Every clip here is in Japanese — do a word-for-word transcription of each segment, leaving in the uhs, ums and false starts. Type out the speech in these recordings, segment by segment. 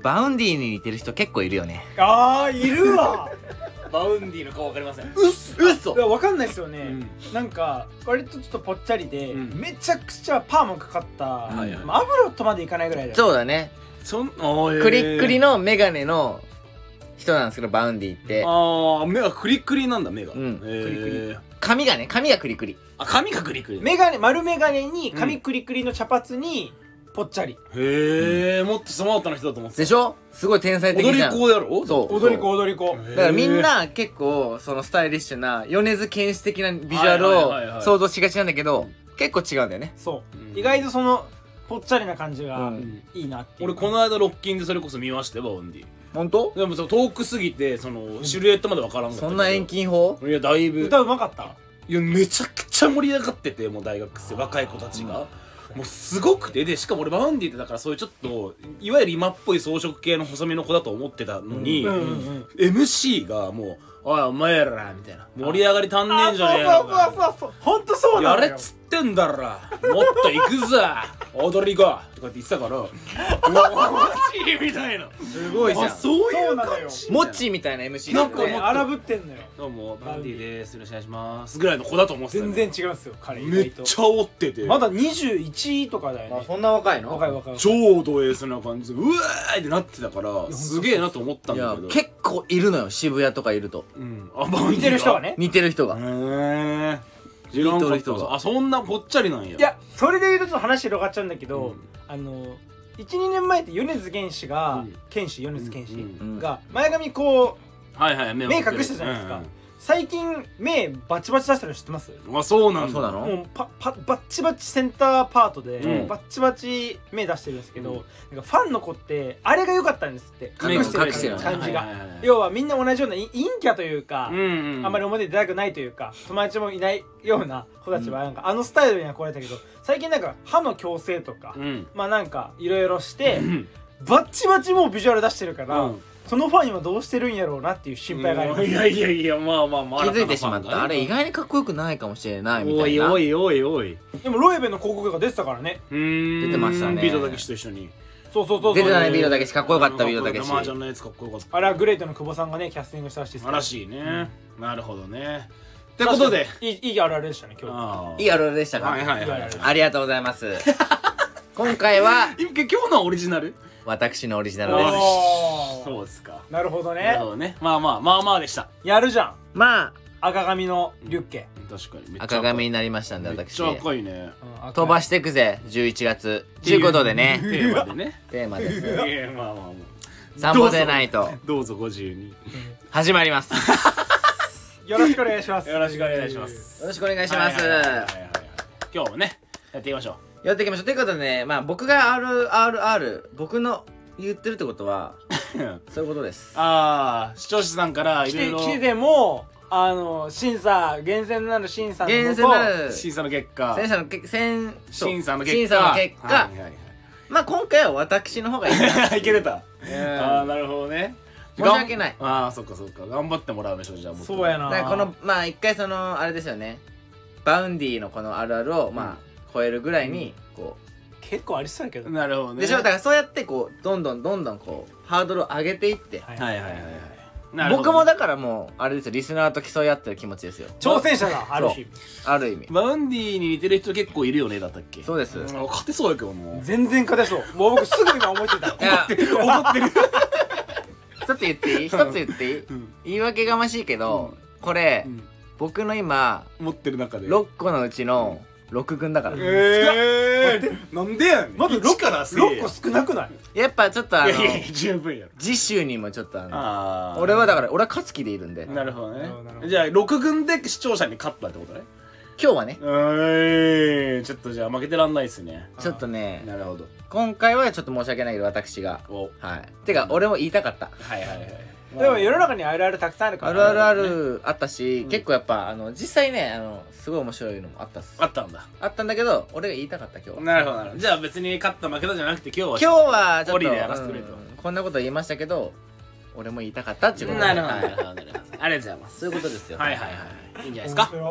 バウンディに似てる人結構いるよね。 あーいるわバウンディの顔わかりません。 うっすうっそいやわかんないですよね、 うんなんか割とちょっとぽっちゃりで、 うんめちゃくちゃパーマかかった、 はいはいまあ、アブロとまでいかないぐらいだよそうだね。 そんおークリックリのメガネの人なんですけど、バウンディってああ目がクリックリなんだ目が。 うんえークリクリ髪がね、髪がクリクリ。 あ髪がクリックリ。 メガネ丸メガネに髪クリクリの茶髪にぽっちゃり、 へえもっとスマートな人だと思ってた。 でしょ。すごい天才的踊りじゃん。 子やろ。 そう踊り子踊り子へーだからみんな結構そのスタイリッシュな米津玄師的なビジュアルをはいはいはいはい想像しがちなんだけど、結構違うんだよね。 そう、 うん意外とそのぽっちゃりな感じがうんいいなっていう、 俺この間ロッキンでそれこそ見ましたよバウンディ。 本当？ でもその遠くすぎてそのシルエットまでわからんかったけど。 そんな遠近法？ いやだいぶ歌うまかった。 いやめちゃくちゃ盛り上がってて、もう大学生若い子たちがもうすごくて、でしかも俺バウンディってだからそういうちょっといわゆる今っぽい装飾系の細身の子だと思ってたのに、 うんうんうんエムシー がもう「おいお前ら」みたいな盛り上がり足んねえんじゃねえあそうのそうそうそうほんとそうなやのよれっつってんだろもっと行くぞ踊り子とかって言ってたからうわマジみたいな。 すごいじゃん。 あそういそううなのよ感じモッチーみたいな エムシーなんかだね。 ね荒ぶってんのよ。 どうもバウンディですよろしくお願いしますぐらいの子だと思ってたね。 全然違うんですよ彼意めっ外とちゃ煽っててまだにじゅういちとかだよね。 あ、そんな若いの？ 若い若い超ド S な感じでうわーってなってたからすげえなと思ったんいやだけど、 結構いるのよ、渋谷とかいると。 うん、あバウンディが似てる人がね。 似てる人が。 へえ知らんかった。 人があそんなぽっちゃりなんや。 いやそれで言うとちょっと話広がっちゃうんだけど、 うんあのいちにねんまえって米津玄師が、 うん玄師米津玄師うんが前髪こうはいはい目を目隠したじゃないですか、最近目バチバチ出したの知ってます？ うん、あそうなんだ。 あそうなのもうパパバッチバチセンターパートで、 うんバッチバチ目出してるんですけど、 うんなんかファンの子ってあれが良かったんですって目隠してる隠してる感じが、 はいはいはい要はみんな同じような陰陰キャというか、 うんうん、 あんまり表に出たくないというか友達もいないような子たちはなんかあのスタイルには来れたけど、最近なんか歯の矯正とか、 うんまあなんかいろいろしてうんバッチバチもうビジュアル出してるから、 うんそのファン今どうしてるんやろうなっていう心配があります。 いやいやいやまあまあまあ気づいてしまった。あれ意外外にかっこよくないかもしれないみたおいな。 いおいおいおいでもロエベの広告が出てたからね。 うーん出てましたねビートたけしと一緒にそうそうそうそう。 出てたね、ビートたけし。かっこよかった、ビートたけし。 マージャンのやつかっこよかった。 あれはグレートの久保さんがねキャスティングしたらしいですけどらしいね、なるほどね。ってことでいいいいあるあるでしたね今日。 あーいいあるあるでしたか？ はいはいはいはい。 ありがとうございます。今回は今今日のオリジナル私のオリジナルです。 おーそうですか。 なるほどなるほね。 どね。まあまあまあまあでした。 やるじゃんま赤髪のリュッケ。 確かにめっあ、 ちゃ赤髪になりましたんで、私めっち。ゃ赤いね。 うん飛ばしていくぜ、じゅういちがつ。ということでね、 テーマでね。 テーマです。 いやまあまあまあ。 散歩でないとどうぞご自由に。 始まります。 よろしくお願いします。 よろしくお願いします。 よろしくお願いします。 はいはいはいはいはい今日もねやっていきましょやっていきましょう。ということでね、まあ僕が アールアールアール、僕の言ってるってことは、 う。 そういうことです。 ああ視聴者さんからいろいろ来て来てでもあの審査厳選なる審査のもと厳選なる審査の結果審査のけ審審査の結果審査の結果、 はいはいまあ今回は私の方がいいな。 はいいけてた。 うんああなるほどね。 申し訳ない。 ああそっかそっか頑張ってもらうでしょじゃあもっとそうやな。 だからこのまあ一回そのあれですよね、バウンディのこのあるあるをまあ超えるぐらいにこ結構ありそうやけど。 なるほどね。 うでしょ。だからそうやってこうどんどんどんどんこうハードルを上げていって、 はいはいはいはいはい。なるほど僕もだからもうあれですよ、リスナーと競い合ってる気持ちですよ、 挑戦者だある日。 ある意味。 バウンディに似てる人結構いるよねだったっけ。 そうです。 うん勝てそうやけどな。 全然勝てそう。もう僕すぐ今思いついた。 いや怒ってる。 一つ言っていい？一つ言っていい？ うん言い訳がましいけど、これうん僕の今持ってる中で。 ろっこのうちのろく軍だから、 ええ。なんでやん。 まず一からせえやろっこ少なくない？ やっぱちょっとあのいやいや十分やろ。 次週にもちょっとあのああ。 俺はだから俺は勝つ気でいるんで、 なるほどなるほどなるほどね。じゃあろく軍で視聴者に勝ったってことね。 今日はねうーいちょっとじゃあ負けてらんないっすね。 ちょっとねなるほど。 今回はちょっと申し訳ないけど私がおはいてか俺も言いたかった、 はいはいはい。 でも世の中にあるあるたくさんあるから。 あるあるあるあったし、結構やっぱあの実際ねあのすごい面白いのもあったっすあったんだ。 あったんだけど俺が言いたかった今日はなるほどなるほど。じゃあ別に勝った負けたじゃなくて今日は今日はちょっとオリでやらせてくれとうんこんなこと言いましたけど俺も言いたかったっていうことでなるほどはいなるほどなるほど。ありがとうございます。 そういうことですよはいはいはい。いいんじゃないですか。 面白い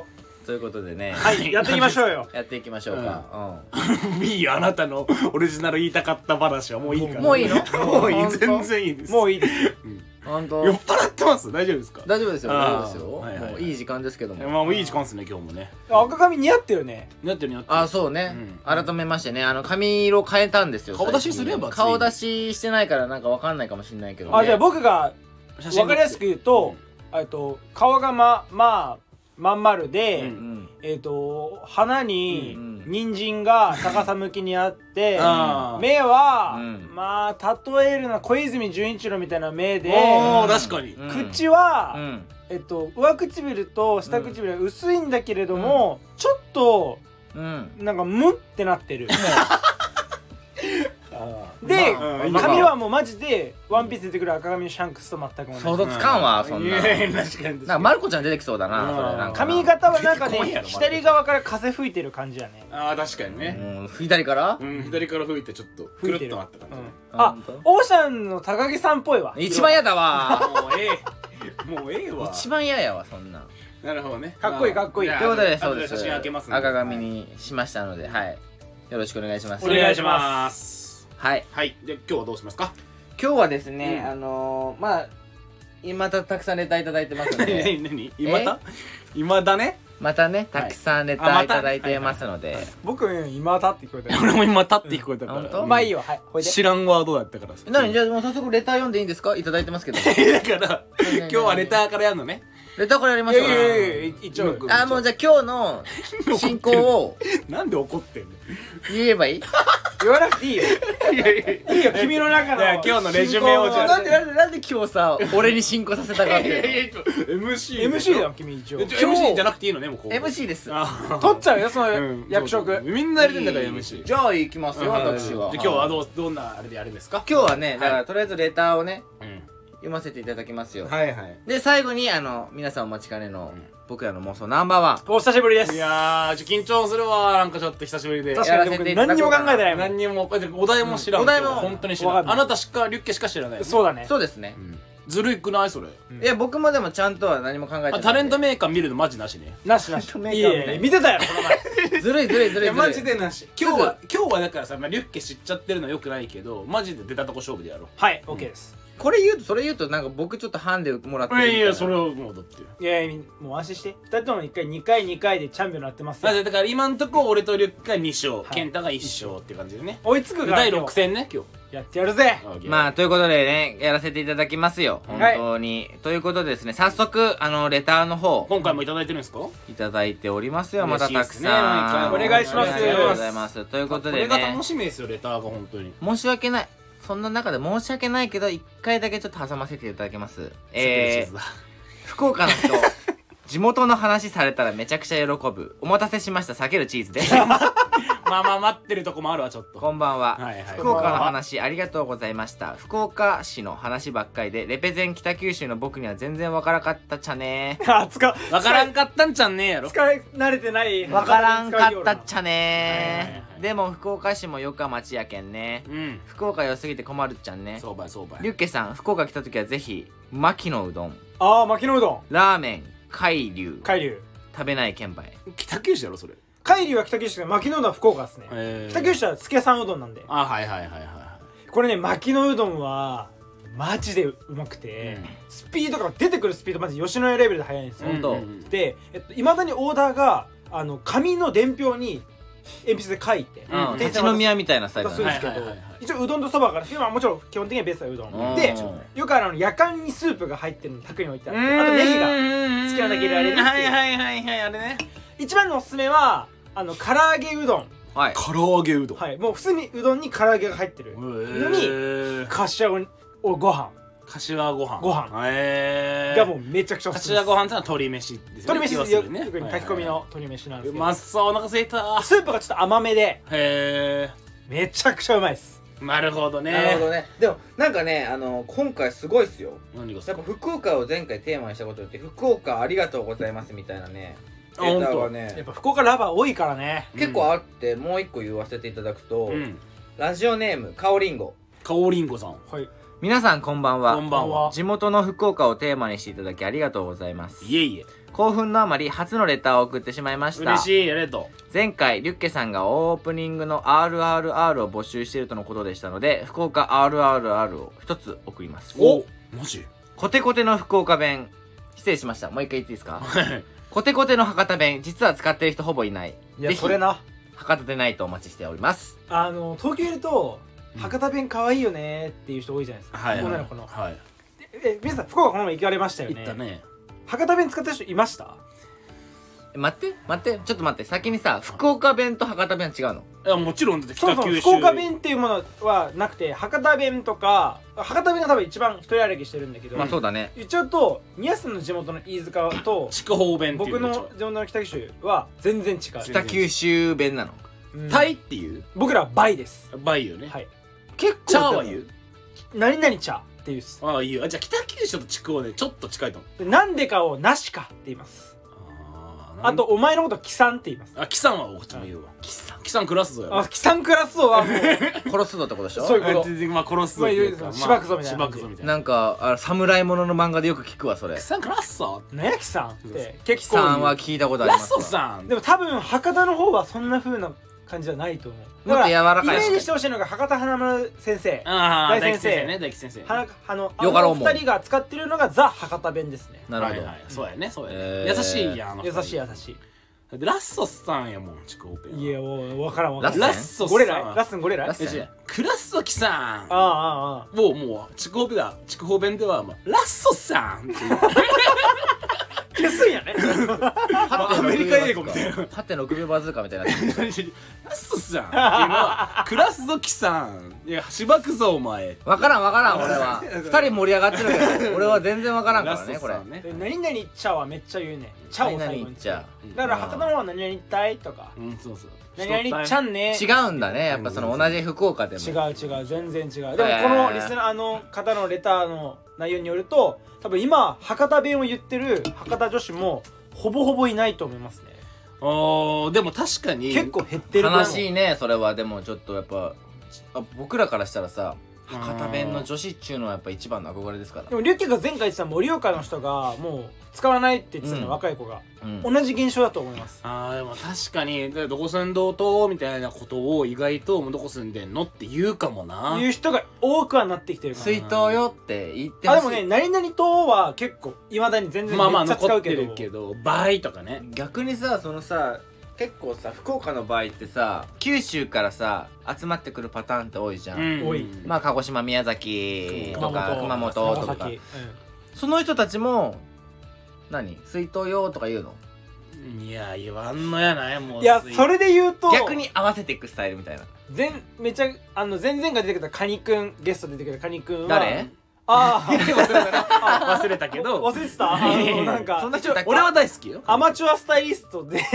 ということでね、 はいやっていきましょうよ。 やっていきましょうか。 いいよ、あなたのオリジナル言いたかった話はもういいから。 もういいの？ もういい、全然いいです。 もういいですよ。 本当。 酔っ払ってます？大丈夫ですか？ 大丈夫ですよ。大丈夫ですよ。 はいはいもういい時間ですけども。 まあもういい時間ですね、今日もね。 赤髪似合ってるね。 やってるやってる。 あ、そうね。改めましてね、あの髪色変えたんですよ。 顔出しすれば顔出ししてないからなんかわかんないかもしれないけどね。 あ、じゃあ僕がわかりやすく言うと、えっと顔がままあまん丸で、 うんうんえっと鼻にうん人参が逆さ向きにあって、 あー目は、 うんまあ例えるのは小泉純一郎みたいな目で、 おー、確かに。 うん口は、 うんえっと上唇と下唇は薄いんだけれども、ちょっとうんなんかムってなってる。 あで、 まあまあ髪はもうマジでワンピース出てくる赤髪のシャンクスと全く同じ。 想像つかんわ、そんな。 いやいや確かに。 なんかマルコちゃん出てきそうだな、 うんそれなんかな。 髪型はなんか出てこいやろね左側から風吹いてる感じやね。 ああ、確かにね。 うん、左からうん、左から吹いてちょっとくるっとなった感じね。 うんあほんと、 オーシャンの高木さんっぽいわ。 一番嫌だわ。 もうええ。もうええわ。 一番嫌やわ、そんなん。 なるほどね。 かっこいいかっこいいじゃあということで、 後そうです。 写真開けますんで赤髪にしましたので、はい。よろしくお願いします。 お願いします。 はい。はい。で、今日はどうしますか？ 今日はですね、 うんあのー、まあ、今たたくさんレターいただいてますの何で、 何何今だ今だね。 またね、たくさんレターいただいてますので、 僕今だって聞こえたよ。 俺も今だって聞こえたから。 うんほんとまあいいよ、はい、ほいで。 知らんワードだったからさ。 何じゃあもう早速レター読んでいいんですか？いただいてますけど。 だから、今日はレターからやるのね。 レターこれやりましょういやいやいやいや、一応。 あ、もうじゃあ今日の進行をなんで怒ってんの？ 言えばいい？ 言わなくていいよ。 いやいやいいよ、君の中の。 いや今日のレジュメをじゃあなんでなんでなんで今日さ、俺に進行させたかっていうの？ エムシーエムシー だよ、君一応。 えちょ エムシー じゃなくていいのね、もうここエムシー です。 あ取っちゃうよ、そのうん役職。 みんなやれてんだから エムシーじゃあ行きますよ、私は。 じゃあ今日はどうどんなあれでやるんですか？ 今日はね、だからとりあえずレターをね、 うん読ませていただきますよ。 はいはいで、最後に、あの、皆さんお待ちかねの、僕らの妄想ナンバーワン。 お久しぶりです。 いやーちょ緊張するわなんかちょっと久しぶりで確かに僕何にも考えてないもん。 何にもお題も知らんお題も本当に知らわかんないんあなたしかリュッケしか知らないそうだね。 そうですね。 ずるいくないそれいや、僕もでもちゃんとは何も考えてない。 あタレントメーカー見るのマジなしねなしなし。 メーカーみたいいやいや、見てたよ、この前。 ずるいずるいずるいずるい。 マジでなし今日は今日はだからさまあリュッケ知っちゃってるのはよくないけどマジで出たとこ勝負でやろはい、オッケーです。 これ言うと、それ言うと、なんか僕ちょっとハンデもらってうるみたいな。 いやいやそれはもうだっていやいや、もう安心して。二人とも一回、二回、二回でチャンピオンになってますよ。 だから今んとこ俺とリュッケがに勝い健太がいっ勝って感じでね追いつくから。 第今日ろく戦ね今日やってやるぜ。 まあ、ということでね、やらせていただきますよ。本当に。ということでですね、早速、あの、レターの方、 今回もいただいてるんですかいただいておりますよ。またたく嬉しいっすねさん。 お願いしますありがとうございます。ということでねこれが楽、しみですよレターが本当に申し訳ない。そんな中で申し訳ないけど、一回だけちょっと挟ませていただきます。えー、福岡の人、地元の話されたらめちゃくちゃ喜ぶ。お待たせしました、避けるチーズです。 まあまあ待ってるとこもあるわちょっとこんばんは。 はいはい福岡の話ありがとうございました。福岡市の話ばっかりで、レペゼン北九州の僕には全然わからかったちゃねー。 あ、使う。 わからんかったんちゃんねえやろ使い慣れてない。 わからんかったっちゃはいはいはいねー。でも福岡市もよか町やけんね。 うん福岡良すぎて困るっちゃんね。 そうばいそうばいリュッケさん、福岡来た時はぜひ、牧のうどん、 ああ、牧野うどん。 ラーメン、海流、 海流。 食べない券売。 北九州やろそれ海流は北九州で、牧野うどんは福岡ですね。 え北九州は助さんうどんなんで。 あはいはいはいはいこれね、牧野うどんは、マジでうまくて、スピードが出てくるスピードマジ吉野家レベルで速いんですよ。 ほんとうんうんうんで、えっと、未だにオーダーが、あの、紙の伝票に鉛筆で書いて、 うん、 店員さん立ち飲み屋みたいなスタイルだね。 出すんですけどはいはいはいはい一応うどんとそばから今はもちろん基本的にはベースはうどうんんでよくあの夜間にスープが入ってるの卓に置いてあってあとネギが好きなだけ入れられるっていうはいはいはいはいあれね一番のおすすめはあの唐揚げうどんはい。 唐揚げうどんはいもう普通にうどんに唐揚げが入ってるのにに柏おご飯柏ご飯ご飯へえがもうめちゃくちゃおすすめ柏ご飯ってのは鶏飯ですよね鶏飯要ですよるに特に炊き込みの鶏飯なんですうけどまそうお腹すいたスープがちょっと甘めでへえめちゃくちゃうまいですなるほどねなるほどね。でも、なんかね、あの、今回すごいっすよ。 何がっすかやっぱ福岡を前回テーマにしたことによって、福岡ありがとうございますみたいなね、 あデータがやっね、 ぱ福岡ラバー多いからね結構あって、もう一個言わせていただくと、 うんラジオネーム、かおりんご。 かおりんごさんはい皆さんこんばんは。 こんばんは。 地元の福岡をテーマにしていただきありがとうございます。 いえいえ。 興奮のあまり初のレターを送ってしまいました。 嬉しい、ありがと前回リュッケさんがオープニングの アールアールアール を募集しているとのことでしたので、福岡 アールアールアール を一つ送ります。 う。お、マジ？ コテコテの福岡弁、失礼しました。もう一回言っていいですか？ はいコテコテの博多弁、実は使っている人ほぼいない。 いやぜひそれな博多でないとお待ちしております。 あの東京いると博多弁可愛いよねっていう人多いじゃないですか、 はい女の子の。 はい。 え皆さん福岡この前行かれましたよね。 行ったね。 博多弁使ってる人いました？ え待って待ってちょっと待って、先にさ、福岡弁と博多弁は違うの？ いやもちろんだってそもそも北九州。 福岡弁っていうものはなくて、博多弁とか博多弁が多分一番一人歩きしてるんだけど、 まあそうだね。 一応と宮下の地元の飯塚と筑豊弁っていう僕の地元の北九州は全然違う。 北九州弁なの。 うんタイっていう僕らは倍です。 倍よね。 はい。 結構チャーは言う？ 何々茶っていうっす。 ああ、言う。あ、じゃあ北九州と筑豊ね、ちょっと近いと思う。 でなんでかをなしかって言います。 ああとお前のことキサンって言います。 あ、キサンはこっちも言うわ。キサンキサンクラスぞよ。 あ、キサンクラスをはもう殺すぞってことでしょ？ そういうことあ全然まあ殺すぞっていうか。 まあ言うしばくぞみたいなしばくぞみたいな。 なんかあの侍ものの漫画でよく聞くわそれ。 キサンクラッソ何やキサンって結キ構言うさんは聞いたことありラッますわ。 ソさんでも多分博多の方はそんな風な感じじゃないと思う。 もっと柔らかいイメージしてほしいのが博多華丸先生、 ああ、 大先生ね、大吉先生。 はあのあよかろうもんの二人が使ってるのがザ博多弁ですね。 なるほど。 はいはいそうやね、そうやえーね。優しいやん、あの優二人しい優しい。 でラッソさんやもん、筑豊弁。 いやもう分からん分からん。 ララッソさん。 ゴレララッスンゴレララッスンえ違うクラッソキさん。 ああああもうもう筑豊弁だ筑豊弁では、まあ、ラッソさんっていう消すんやね。 アメリカ英語みたいなはってんろくびょうバズーカみたいになってる。 ラッソさんっていうのはクラスゾキさんいやしばくぞお前わからんわからん俺は。二人盛り上がってるけど俺は全然わからんからねこれ。 ねで何々茶はめっちゃ言うね。茶を最後につける。だから博多の方は何々たいとかうんそうそう何々ちゃんね。 違うんだねやっぱその同じ福岡でも。 違う違う全然違う。でもこのリスナーの方のレターの内容によると多分今博多弁を言ってる博多女子もほぼほぼいないと思いますね。 あーでも確かに結構減ってる。 悲しいねそれは。でもちょっとやっぱあ僕らからしたらさ博多弁の女子っちゅうのはやっぱ一番の憧れですからで。もリュッケが前回言ってた盛岡の人がもう使わないって言ってたの、 うん若い子が、 うん同じ現象だと思います。 あーでも確かにでどこ住んどうとみたいなことを意外とどこ住んでんのって言うかもないう人が多くはなってきてるから。 水筒よって言ってほしい。 あでもね何々島は結構いまだに全然めまあまあっちゃ使残ってうけど、 るけど倍とかね逆にさそのさ結構さ福岡の場合ってさ九州からさ集まってくるパターンって多いじゃん、 うん多いまあ鹿児島宮崎とか熊本とか長崎、 その人たちも何水筒よとか言うの？ いや言わんのやないもういやそれで言うと逆に合わせていくスタイルみたいな。 全めちゃあの前々回出てきたカニくんゲストで出てきたカニくんは誰？ ああ忘れたけど忘れてた。あのなんかそんな人だっけ？ 俺は大好きよアマチュアスタイリストで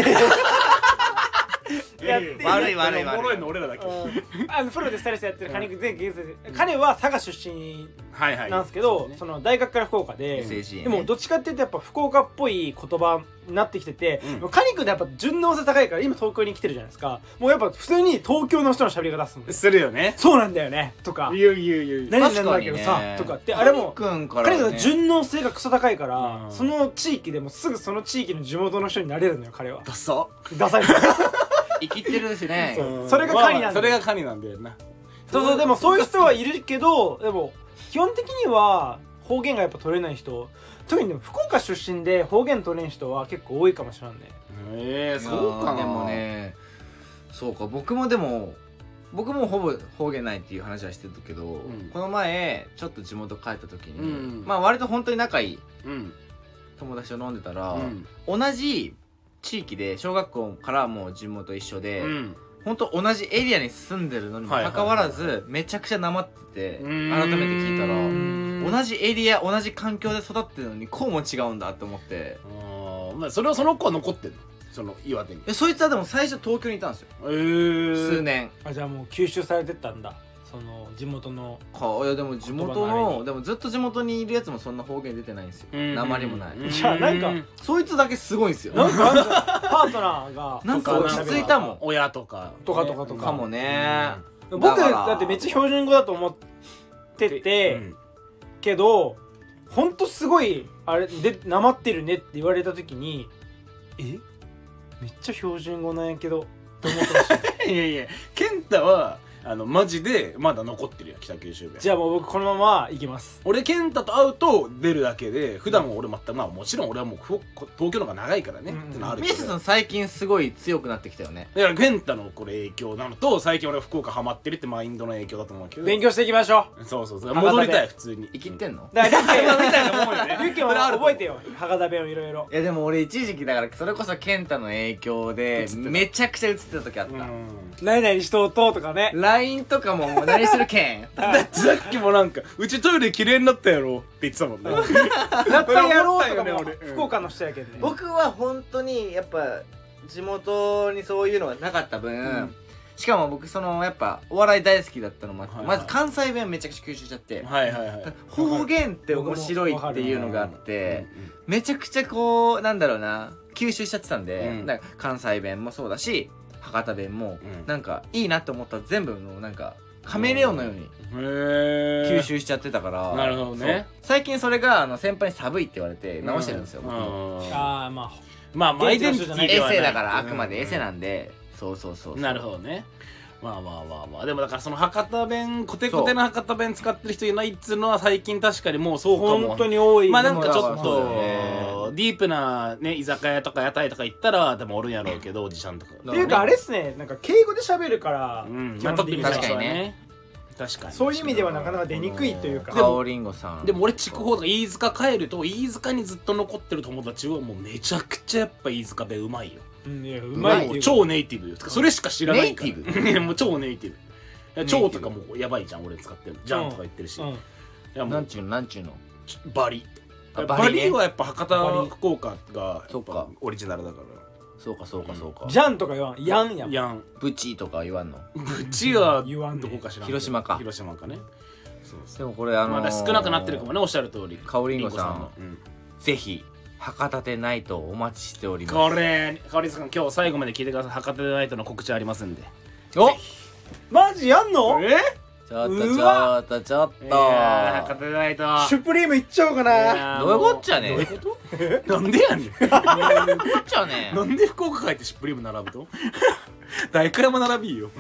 やって悪い悪い悪いおもろいの俺らだけうんあのプロでスタイリストやってるカニくん前回ゲストで彼は佐賀出身はいはいなんですけど、 ねその大学から福岡で、 成人ねでもどっちかっていうとやっぱ福岡っぽい言葉になってきてて、 うんもうカニ君ってやっぱ順応性高いから今東京に来てるじゃないですか。もうやっぱ普通に東京の人の喋り方するんです。 するよねそうなんだよねとか言う言う言う何々なんだけどさ、 確かにねとかってあれもカニ君から彼ねの順応性がクソ高いから、 うんその地域でもすぐその地域の地元の人になれるのよ彼は。 ダサダサい生きてるしね。 そうそれがカニなんだよまあまあそれがカニなんだよなそうそうでもそういう人はいるけどでも基本的には方言がやっぱ取れない人、特にでも福岡出身で方言取れん人は結構多いかもしれんね。 ええそうかなでもねそうか僕もでも僕もほぼ方言ないっていう話はしてたけど、 んこの前ちょっと地元帰った時に、 うんまあ割と本当に仲いいうん友達と飲んでたら、 うん同じ地域で小学校からもう地元一緒で、 うん本当同じエリアに住んでるのにもかかわらずめちゃくちゃなまってて、改めて聞いたら同じエリア同じ環境で育ってるのにこうも違うんだって思って、 あーまあそれはその子は残ってんのその岩手にえそいつはでも最初東京にいたんですよ、 えー数年あじゃあもう吸収されてったんだその地元の。 か。いやでも地元言葉のあれのにでもずっと地元にいるやつもそんな方言出てないんですよ、 うん訛りもない、 うんじゃあなんかそいつだけすごいんですよなんかあんたパートナーがなんか落とかち着いたもん親とかとかとかとかかもね、 僕だからだってめっちゃ標準語だと思っってて、 うんけどほんとすごいあれでなまってるねって言われた時にえめっちゃ標準語なんやけどって思ってましたいやいや健太はあのマジでまだ残ってるよ北九州弁。 じゃあもう僕このまま行きます。 俺健太と会うと出るだけで普段は俺全くまあもちろん俺はもうふ東京の方が長いからね、 うんってのあるけどミスさん最近すごい強くなってきたよね。 だから健太のこれ影響なのと最近俺は福岡ハマってるってマインドの影響だと思うけど勉強していきましょう。 そうそうそう博多弁戻りたい普通に生きってんの？ だからリュッケみたいなもんよねリュッケも覚えてよ博多弁をいろいろ。 いやでも俺一時期だからそれこそ健太の影響で映ってためちゃくちゃ映ってた時あった。 何々しとうととかね。 ライン とかも何するけんだってさっきもなんかうちトイレ綺麗になったやろって言ってたもんねなったやろうとかも俺思ったよね俺福岡の人やけんね。 僕は本当にやっぱ地元にそういうのがなかった分、 んしかも僕そのやっぱお笑い大好きだったのもあって、 はいはいまず関西弁めちゃくちゃ吸収しちゃって、 はいはいはい方言って面白いっていうのがあってめちゃくちゃこうなんだろうな吸収しちゃってたんで、 うんなんか関西弁もそうだし博多弁も、 うんなんかいいなと思ったら全部のなんかカメレオンのようにへえ吸収しちゃってたから、 なるほどねそう最近それがあの先輩に寒いって言われて直してるんですよ、僕もうんああまあまあまあアイデンティティエではないセだからあくまでエセなんで、そうそうそうそうなるほどね。まあまあまあまあでもだからその博多弁コテコテの博多弁使ってる人いないっつうのは最近確かにもうそうかも。 本当に多い。 まあなんかちょっでもだからそうだよとディープなね居酒屋とか屋台とか行ったらでもおるんやろうけどおじちゃんとか。 っていうかあれっすね、なんか敬語で喋るから、 うん基まあ特に本的には確かにね確かにそういう意味ではなかなか出にくいというか。 かおりんごさんでも俺筑豊とか飯塚帰ると飯塚にずっと残ってる友達はもうめちゃくちゃやっぱ飯塚弁うまいよ。 うんいやうまいっていうかもう超ネイティブよ。てかそれしか知らないから。 ネイティいやもう超ネイティブ。いや超とかもやばいじゃん俺使ってる。じゃんとか言ってるし。 うんいやもうんなちゅうのなんちゅうのバリ。 あババリねリはやっぱ博バ多リ福岡がやっそっかぱオリジナルだから。 そうかそうかそうか、 じゃんとか言わんやんやん。 やん。 ブチとか言わんのブチは言わんねどこかしらんけど広島か広島かね。そうそうでもこれあのー、 まだ少なくなってるかもねおっしゃる通り。 かおりんごさんのうんぜひ博多でナイトお待ちしております。 これかおりんさん今日最後まで聞いてください。博多でナイトの告知ありますんで。 おマジやんの？ えちょっとちょうわっとちょっといやー博多でナイトシュプリームいっちゃおうかな。 やーどういうこっちゃねんどういうことなんでやねんこっちゃねなんで福岡帰ってシュプリーム並ぶと大会山並びよ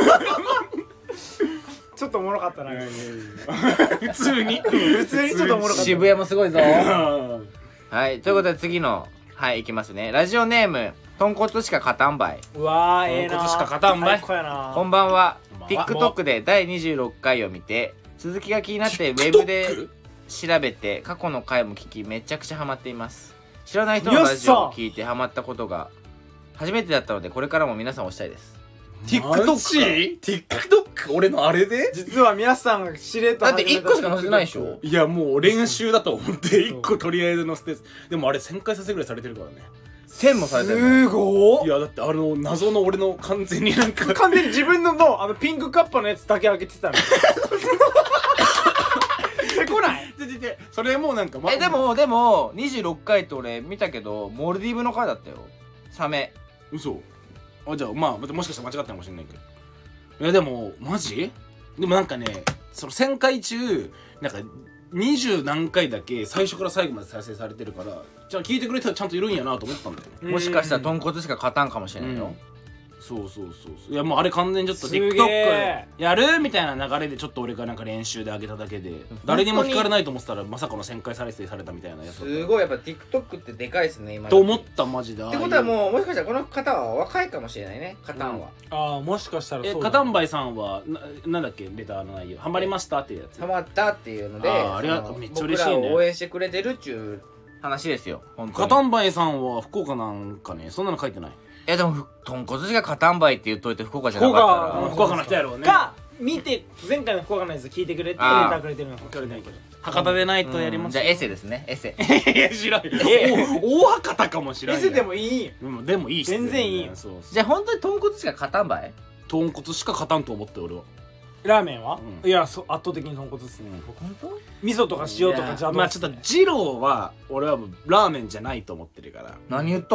ちょっとおもろかったな。 普通に普通にちょっとおもろかった。 渋谷もすごいぞははいということで次のはいいきますね。ラジオネーム豚骨しか勝たんばいうわーええな。 豚骨しか勝たんばい最高やな。 こんばんはこんばんは TikTok でだいにじゅうろっかいを見て続きが気になってウェブで調べて過去の回も聞きめちゃくちゃハマっています。知らない人のラジオを聞いてハマったことが初めてだったのでこれからも皆さんを推したいです。 TikTok TikTok 俺のあれで実は皆さんが知れた。 だっていっこしか載せてないでしょ。 いやもう練習だと思っていっことりあえずのステージでもあれせんかい再生ぐらいされてるからね。 せんもされてるの。 すごっ。 いやだってあの謎の俺の完全になんか完全に自分ののあのピンクカッパのやつだけ開けてたの。せこない？ でででそれもなんか、まえでもでもにじゅうろっかいと俺見たけどモルディブの回だったよ。サメ嘘あじゃあまあもしかしたら間違ったかもしれないけどいやでもマジでもなんかねそのせんかい中なんかにじゅう何回だけ最初から最後まで再生されてるからじゃあ聞いてくれたらちゃんといるんやなと思ったんだよね。 もしかしたら豚骨しか勝たんかもしれないよ。 そうそうそうそういやもうあれ完全にちょっとすげ TikTok えやるみたいな流れでちょっと俺がなんか練習で上げただけで誰にも聞かれないと思ってたらまさかのせんかい再生されたみたいなやつだったすごいやっぱ TikTok ってでかいですね今。 と思ったマジで。 ってことはもうもしかしたらこの方は若いかもしれないね。勝たんは。 ああもしかしたらえそうだ。 カタンバイさんはななんだっけレターの内容ハマりましたっていうやつ。 ハマったっていうので、 あーありがとうそのめっちゃ嬉しいね僕らを応援してくれてるっちゅう話ですよ。本当に。 カタンバイさんは福岡なんかねそんなの書いてない。 いやでもふ豚骨しか勝たんばいって言っといて福岡じゃなかった福ら岡福岡の人やろうね。 か見て前回の福岡のやつ聞いてくれてレタあーーくれてるのかもしれないけど。 博多でないとやります。 うんじゃあエセですねエセ。 いや知らん。お大博多かもしれない。 エセでもいい。 うんでもいいし。 全然いいよそうそう。 じゃあ本当に豚骨しか勝たんばい。 豚骨しか勝たんと思って俺は。 ラーメンは？ うんいやそ圧倒的に豚骨ですね。 本当？ 味噌とか塩とか邪道まあちょっと二郎は俺はもうラーメンじゃないと思ってるから。 何言っとん？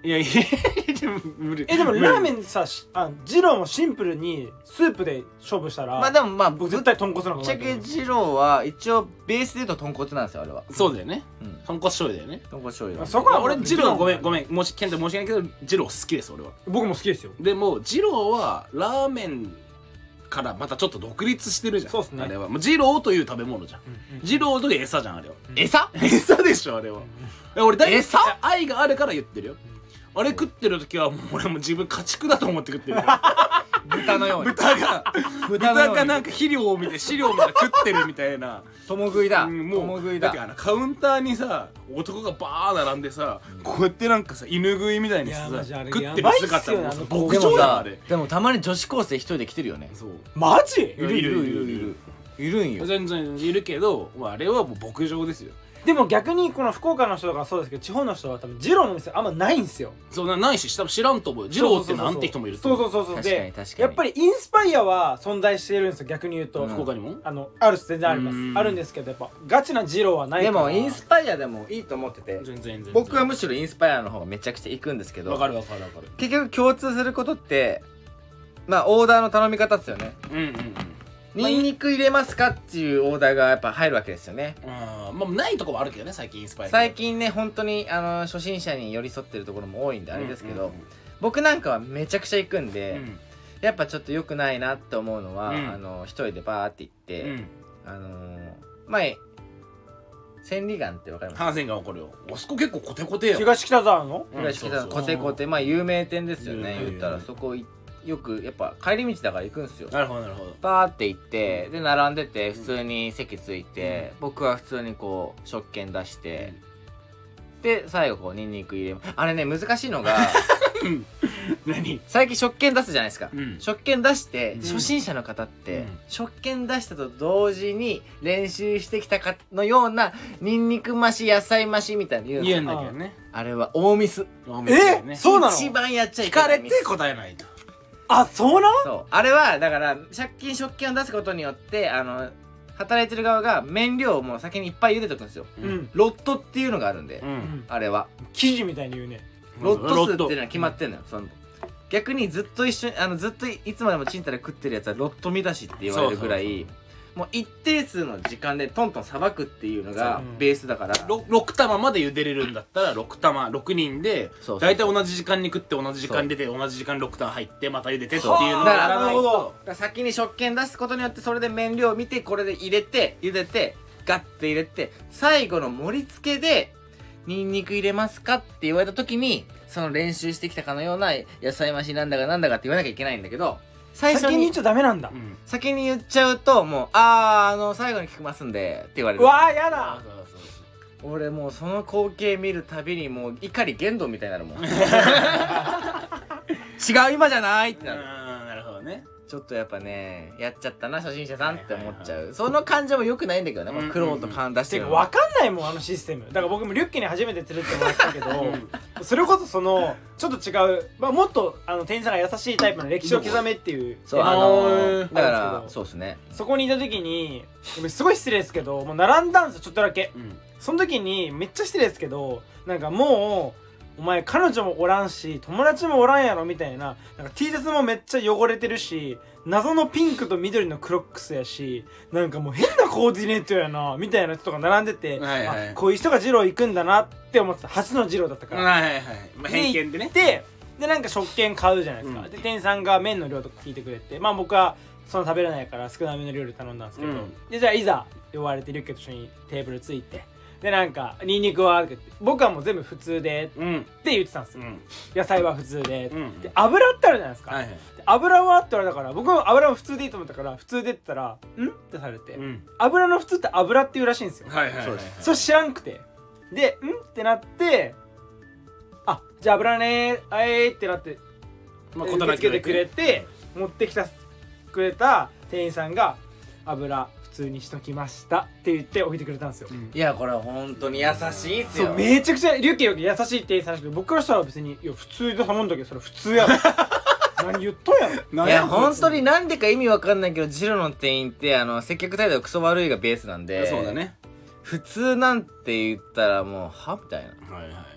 いやいやでも無理えでも無理ラーメンさしあ二郎もシンプルにスープで勝負したらまあでもまあ僕絶対豚骨の方ぶっちゃがうまいと思うけ二郎は一応ベースで言うと豚骨なんですよあれは。 そうだよねうん。 豚骨醤油だよね。 豚骨醤油あそこは俺二郎ごめんごんめんもし健太申し訳ないけど二郎好きです俺は。 僕も好きですよでも二郎はラーメンからまたちょっと独立してるじゃん。 そうっすねあれはもう二郎という食べ物じゃん。二郎という餌じゃんあれは。 餌餌でしょあれは。いや俺大餌愛があるから言ってるよ。あれ食ってる時はもう俺も自分家畜だと思って食ってるよ。 豚のように豚が豚のように豚がなんか肥料を見て飼料を見て食ってるみたいな。 共食いだうんも共食いだうだってあのカウンターにさ男がバー並んでさ、こうやってなんかさ犬食いみたいにしていやマジあれさ食ってるやばいっすよ姿もさねあの牧でもさ場だあれ。 でもたまに女子高生一人で来てるよね。 そうマジいるいるいるいるいるんよ。 全然いるけど、まあ、あれはもう牧場ですよ。 でも逆にこの福岡の人とかそうですけど地方の人は多分二郎の店あんまないんですよそうなないし多分知らんと思う。二郎ってなんて人もいるとそう思う。 そうそうそう確かにで確かにやっぱりインスパイアは存在しているんですよ逆に言うと、 うん福岡にもあのあるっす全然ありますうんあるんですけどやっぱガチな二郎はないからでもインスパイアでもいいと思ってて全然全然僕はむしろインスパイアの方がめちゃくちゃ行くんですけどわかるわかるわかる。 結局共通することってまあオーダーの頼み方ですよね。 うんうんうんニンニク入れますかっていうオーダーがやっぱ入るわけですよね。 あーまあないとこもあるけどね最近インスパイア最近ね本当にあの初心者に寄り添ってるところも多いんであれですけど、 うんうん僕なんかはめちゃくちゃ行くんで、 うんやっぱちょっと良くないなって思うのは、 うんあの一人でバーって行って、 うんあのー、前千里眼ってわかりますか？ 反戦が起こるよ。あそこ結構コテコテやん。 東北沢のうん東北そうそうコテコテまあ有名店ですよね有名言ったらそこいよくやっぱ帰り道だから行くんですよ。 なるほどなるほど。 バーって行ってで並んでて普通に席ついて、僕は普通にこう食券出して、で最後こうニンニク入れあれね難しいのが何最近食券出すじゃないですか、 うん食券出して、 うん初心者の方って、 うん食券出したと同時に練習してきたかのようなニンニク増し野菜増しみたいな言うんです言うよ。 んだけどね。 あれは大ミス。 えそうなの一番やっちゃい聞かれてけないミス。 答えないと。 あそうなんそうあれはだから借金食券を出すことによってあの働いてる側が麺量をもう先にいっぱい茹でとくんですよ。 うん、うん、 ロットっていうのがあるんで、 うんあれは生地みたいに言うねロット数っていうのは決まってんのよ。その逆にずっと一緒にあのずっといつまでもチンタラ食ってるやつはロット見出しって言われるぐらいもう一定数の時間でトントンさばくっていうのがそううんベースだから。 ろろく玉まで茹でれるんだったらろく玉ろくにんでそうそうそう大体同じ時間に食って同じ時間出て同じ時間ろく玉入ってまた茹でてっていうのをそうやらないなるほどと。 だから先に食券出すことによってそれで麺量を見てこれで入れて茹でてガッて入れて最後の盛り付けでニンニク入れますかって言われた時にその練習してきたかのような野菜増しなんだかなんだかって言わなきゃいけないんだけど最初に先に言っちゃダメなんだ、 うん先に言っちゃうともうあーあの最後に聞きますんでって言われる。 うわーやだそうそうそう俺もうその光景見るたびにもう怒り言動みたいになるもん違う今じゃないってなる。 うんなるほどね。 ちょっとやっぱねやっちゃったな初心者さんって思っちゃう、その感情も良くないんだけどね、 うんうんうん苦労と勘出してるのてか分かんないもんあのシステムだから僕もリュッケに初めて連れてもらったけどそれこそそのちょっと違う、まあ、もっとあの店員さんが優しいタイプの歴史を刻めっていうそうあ店舗のー、 あだからるんですけどそうですねそこにいた時にすごい失礼ですけどもう並んだんですよちょっとだけうんその時にめっちゃ失礼ですけどなんかもうお前彼女もおらんし友達もおらんやろみたいななんか T シャツもめっちゃ汚れてるし謎のピンクと緑のクロックスやしなんかもう変なコーディネートやなみたいな人が並んでて、 はいはいあこういう人が二郎行くんだなって思ってた初の二郎だったから、 はいはいはいまあ偏見でね。 ででなんか食券買うじゃないですか、 うんで店員さんが麺の量とか聞いてくれてまあ僕はその食べれないから少なめの料理頼んだんですけど、 うんでじゃあいざ呼ばれてリュッケと一緒にテーブルついてでなんかニンニクはって言って僕はもう全部普通でうんって言ってたんですよ、 うん野菜は普通で、 うんで油ってあるじゃないですか、 はいはいで油はって言われたから僕も油は普通でいいと思ったから普通でって言ったらんってされて、 うん油の普通って油って言うらしいんですよ、 はいはいはいそうですそれ知らんくてでんってなってあじゃあ油ねーあえーってなってまあ受け付けてくれて持ってきたくれた店員さんが油普通にしときましたって言って置いてくれたんですよ、 うんいやこれは本当に優しいっすよ。 そうめちゃくちゃリュッケより優しい店員さんらしくて僕からしたら別にいや普通で頼んだけどそれ普通やろ何言っとんやろいや本当になんでか意味わかんないけどジロの店員ってあの接客態度クソ悪いがベースなんでそうだね。 普通なんて言ったらもうはみたいなはいはい。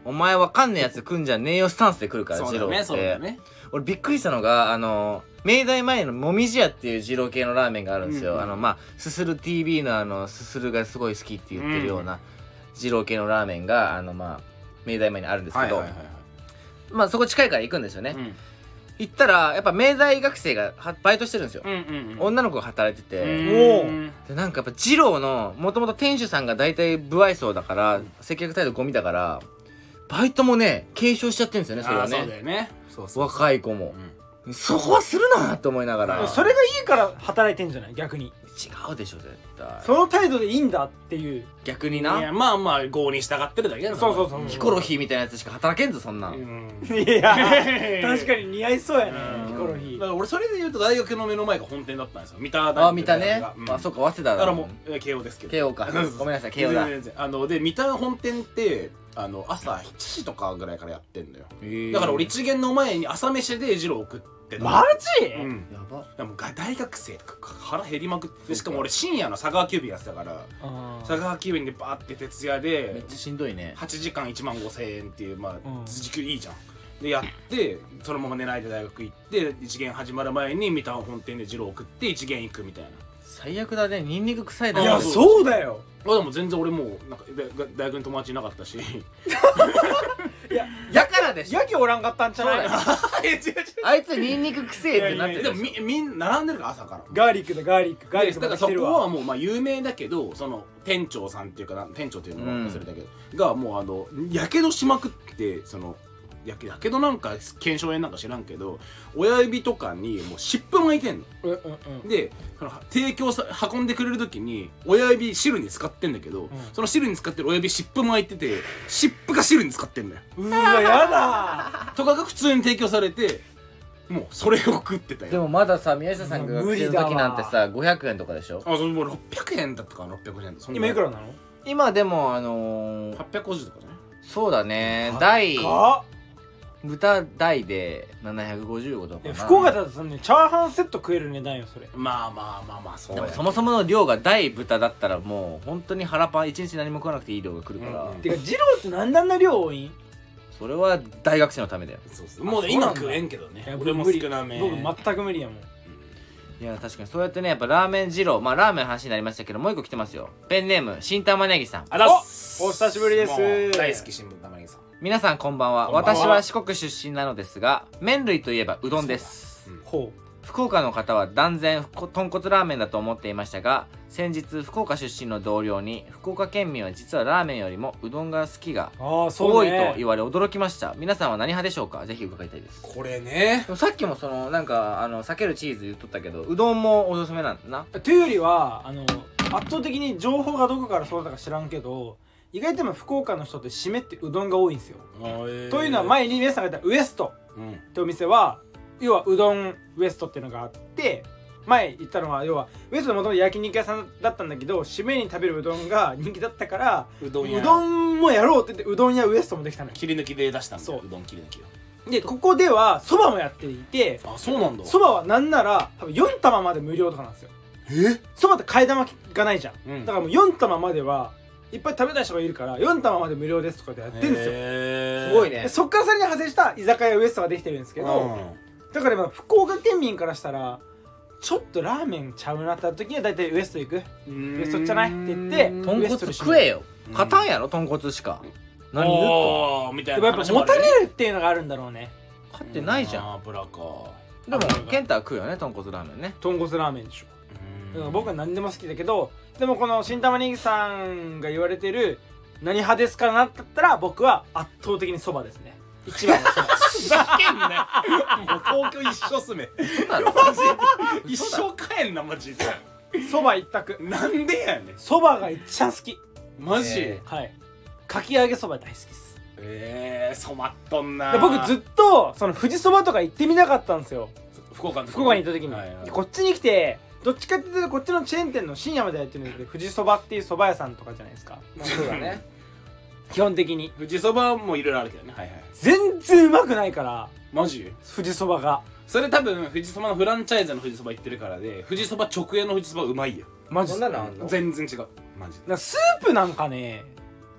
お前わかんねえやつ食んじゃねえよスタンスで来るから、 そうだね二郎って。 そうだね。 俺びっくりしたのが、あの、明大前のもみじ屋っていう二郎系のラーメンがあるんですよ。 うんうんあの、まあ、すする ティービー のあの、すするがすごい好きって言ってるような二郎系のラーメンが、あの、まあ、明大前にあるんですけど、 はいはいはいはい。 まあそこ近いから行くんですよね。 うん行ったら、やっぱ明大学生がはバイトしてるんですよ。 うんうんうん。 女の子が働いてて、 おーでなんかやっぱ二郎のもともと店主さんが大体不愛想だから、接客態度ゴミだからバイトもね継承しちゃってるんですよね、それはあーそうだね。 よね。そうそう。 若い子も、 うんそこはするなと思いながら、 それがいいから働いてんじゃない逆に。 違うでしょ絶対。 その態度でいいんだっていう。 逆にいやなまあまあ郷に従ってるだけやな。 そうそうそうヒコロヒーみたいなやつしか働けんぞそんなん、 うんいや確かに似合いそうやねうんヒコロヒー。 だから俺それで言うと大学の目の前が本店だったんですよ。三田大学あ見たね、 うんあそっか早稲田だだからもうえ慶応ですけど。 慶応かそうそうそうごめんなさい慶応だ。 全然全然あので三田本店ってあの朝しちじとかぐらいからやってんのよ。だから俺一元の前に朝飯で二郎送ってた。 マジ、 うんやば。 でもが大学生とか腹減りまくって、しかも俺深夜の佐川急便やってたからあー佐川急便でバーって徹夜めっでちゃしんどいね。 はちじかんいちまんごせんえんっていうまあうん時給いいじゃん。でやってそのまま寝ないで大学行って一元始まる前に三田本店で二郎送って一元行くみたいな。 最悪だね、ニンニク臭いだいやろ。 そうだよ。 あでも全然俺もうなんかだ大学に友達いなかったし。 いやだからでしょ。 ヤギおらんかったんじゃない。 え違う違うあいつニンニク臭えってなってるでもみみんな並んでるから朝から。 ガーリックだガーリックガーリックだからそこまた来てるわ。 はもうまあ有名だけどその店長さんっていうかな店長っていうのうんも忘れたけど、がもうあのやけどしまくってそのやけやけどなんか腱鞘炎なんか知らんけど親指とかにもう湿布巻いてんの。 うんうんうん。 でその提供さ運んでくれる時に親指汁に使ってんだけど、その汁に使ってる親指湿布巻いてて湿布が汁に使ってんのようわやだ。 とかが普通に提供されてもうそれを食ってたよ。 でもまださ、宮下さんが学生の時なんてさごひゃくえんとかでしょ。 あそれもうろっぴゃくえんだったかなろっぴゃくえんそんな今いくらなの？ 今でもあのーはっぴゃくごじゅうとかじゃない。 そうだね、大か豚大でななひゃくごじゅうごとかな。 福岡だとさねチャーハンセット食える値段よそれ。 まあまあまあまあそうやでもそもそもの量が大豚だったらもう本当に腹パン一日何も食わなくていい量が来るから、 うんてか二郎ってなんであんな量多いん？ それは大学生のためだよ。 そうそうもうね今食えんけどねいや俺も無理少なめ僕全く無理やもん。 いや確かにそうやってね、やっぱラーメン二郎、まあラーメンの話になりましたけど、もう一個来てますよ。ペンネーム新玉ねぎさん。 あらっすお久しぶりですもう大好き新聞玉ねぎさん。 皆さんこんばんは。 こんばんは私は四国出身なのですが、麺類といえばうどんです。 ほ福岡の方は断然豚骨ラーメンだと思っていましたが、先日福岡出身の同僚に福岡県民は実はラーメンよりもうどんが好きがう。ああそう多いね。 と言われ驚きました。皆さんは何派でしょうか。ぜひ伺いたいです。 これねでもさっきもそのなんかあの避けるチーズ言っとったけど、うどんもおすすめなんだな。 というよりはあの圧倒的に情報がどこからそうだか知らんけど、意外とも福岡の人って締めってうどんが多いんですよ。というのは前に皆さんが言ったウエストうんってお店は要はうどんウエストっていうのがあって、前言ったのは要はウエストのもともと焼肉屋さんだったんだけど締めに食べるうどんが人気だったからうどん屋うどんもやろうって言ってうどん屋ウエストもできたのよ。 切り抜きで出したんだそうようどん切り抜きを。 でここではそばもやっていて、 あそうなんだ。 そばはなんなら多分よん玉まで無料とかなんですよ。 えそばって替え玉がないじゃん、 うんだからもうよん玉まではいっぱい食べたい人がいるからよん玉まで無料ですとかでやってるんですよ。 すすごいねでそっからさらに派生した居酒屋ウエストができてるんですけど、だから今福岡県民からしたらちょっとラーメンちゃうなって時には大体ウエスト行くウエストじゃないって言って豚骨食えよ。勝たんやろ豚骨しか。何言うとおーみたいなでもやっぱもたれるっていうのがあるんだろうね。 勝ってないじゃん。 油か。 でもケンタは食うよね豚骨ラーメンね。 豚骨ラーメンでしょ。だから僕は何でも好きだけど、でもこの新玉ねぎさんが言われてる何派ですかなだったら僕は圧倒的にそばですね。一番はそば。 ふざけんなもう東京一緒っすね。 そうだろ。 一生帰んなマジで。 そば一択。 なんでやねん。 そばが一番好き。 マジえはい。かき揚げそば大好きです。 えー、染まっとんな。 で僕ずっとその富士そばとか行ってみなかったんですよ。 福岡の福岡に行った時に、 はいはいこっちに来てどっちかっていうとこっちのチェーン店の深夜までやってるんで富士そばっていうそば屋さんとかじゃないですか。 そうだね。 基本的に富士そばもいろいろあるけどね。はいはい。 全然うまくないからマジ富士そばがそれ多分富士そばのフランチャイズの富士そば行ってるからで、富士そば直営の富士そばうまいよ。 マジそんなのあんの？ 全然違うマジで。 なスープなんかね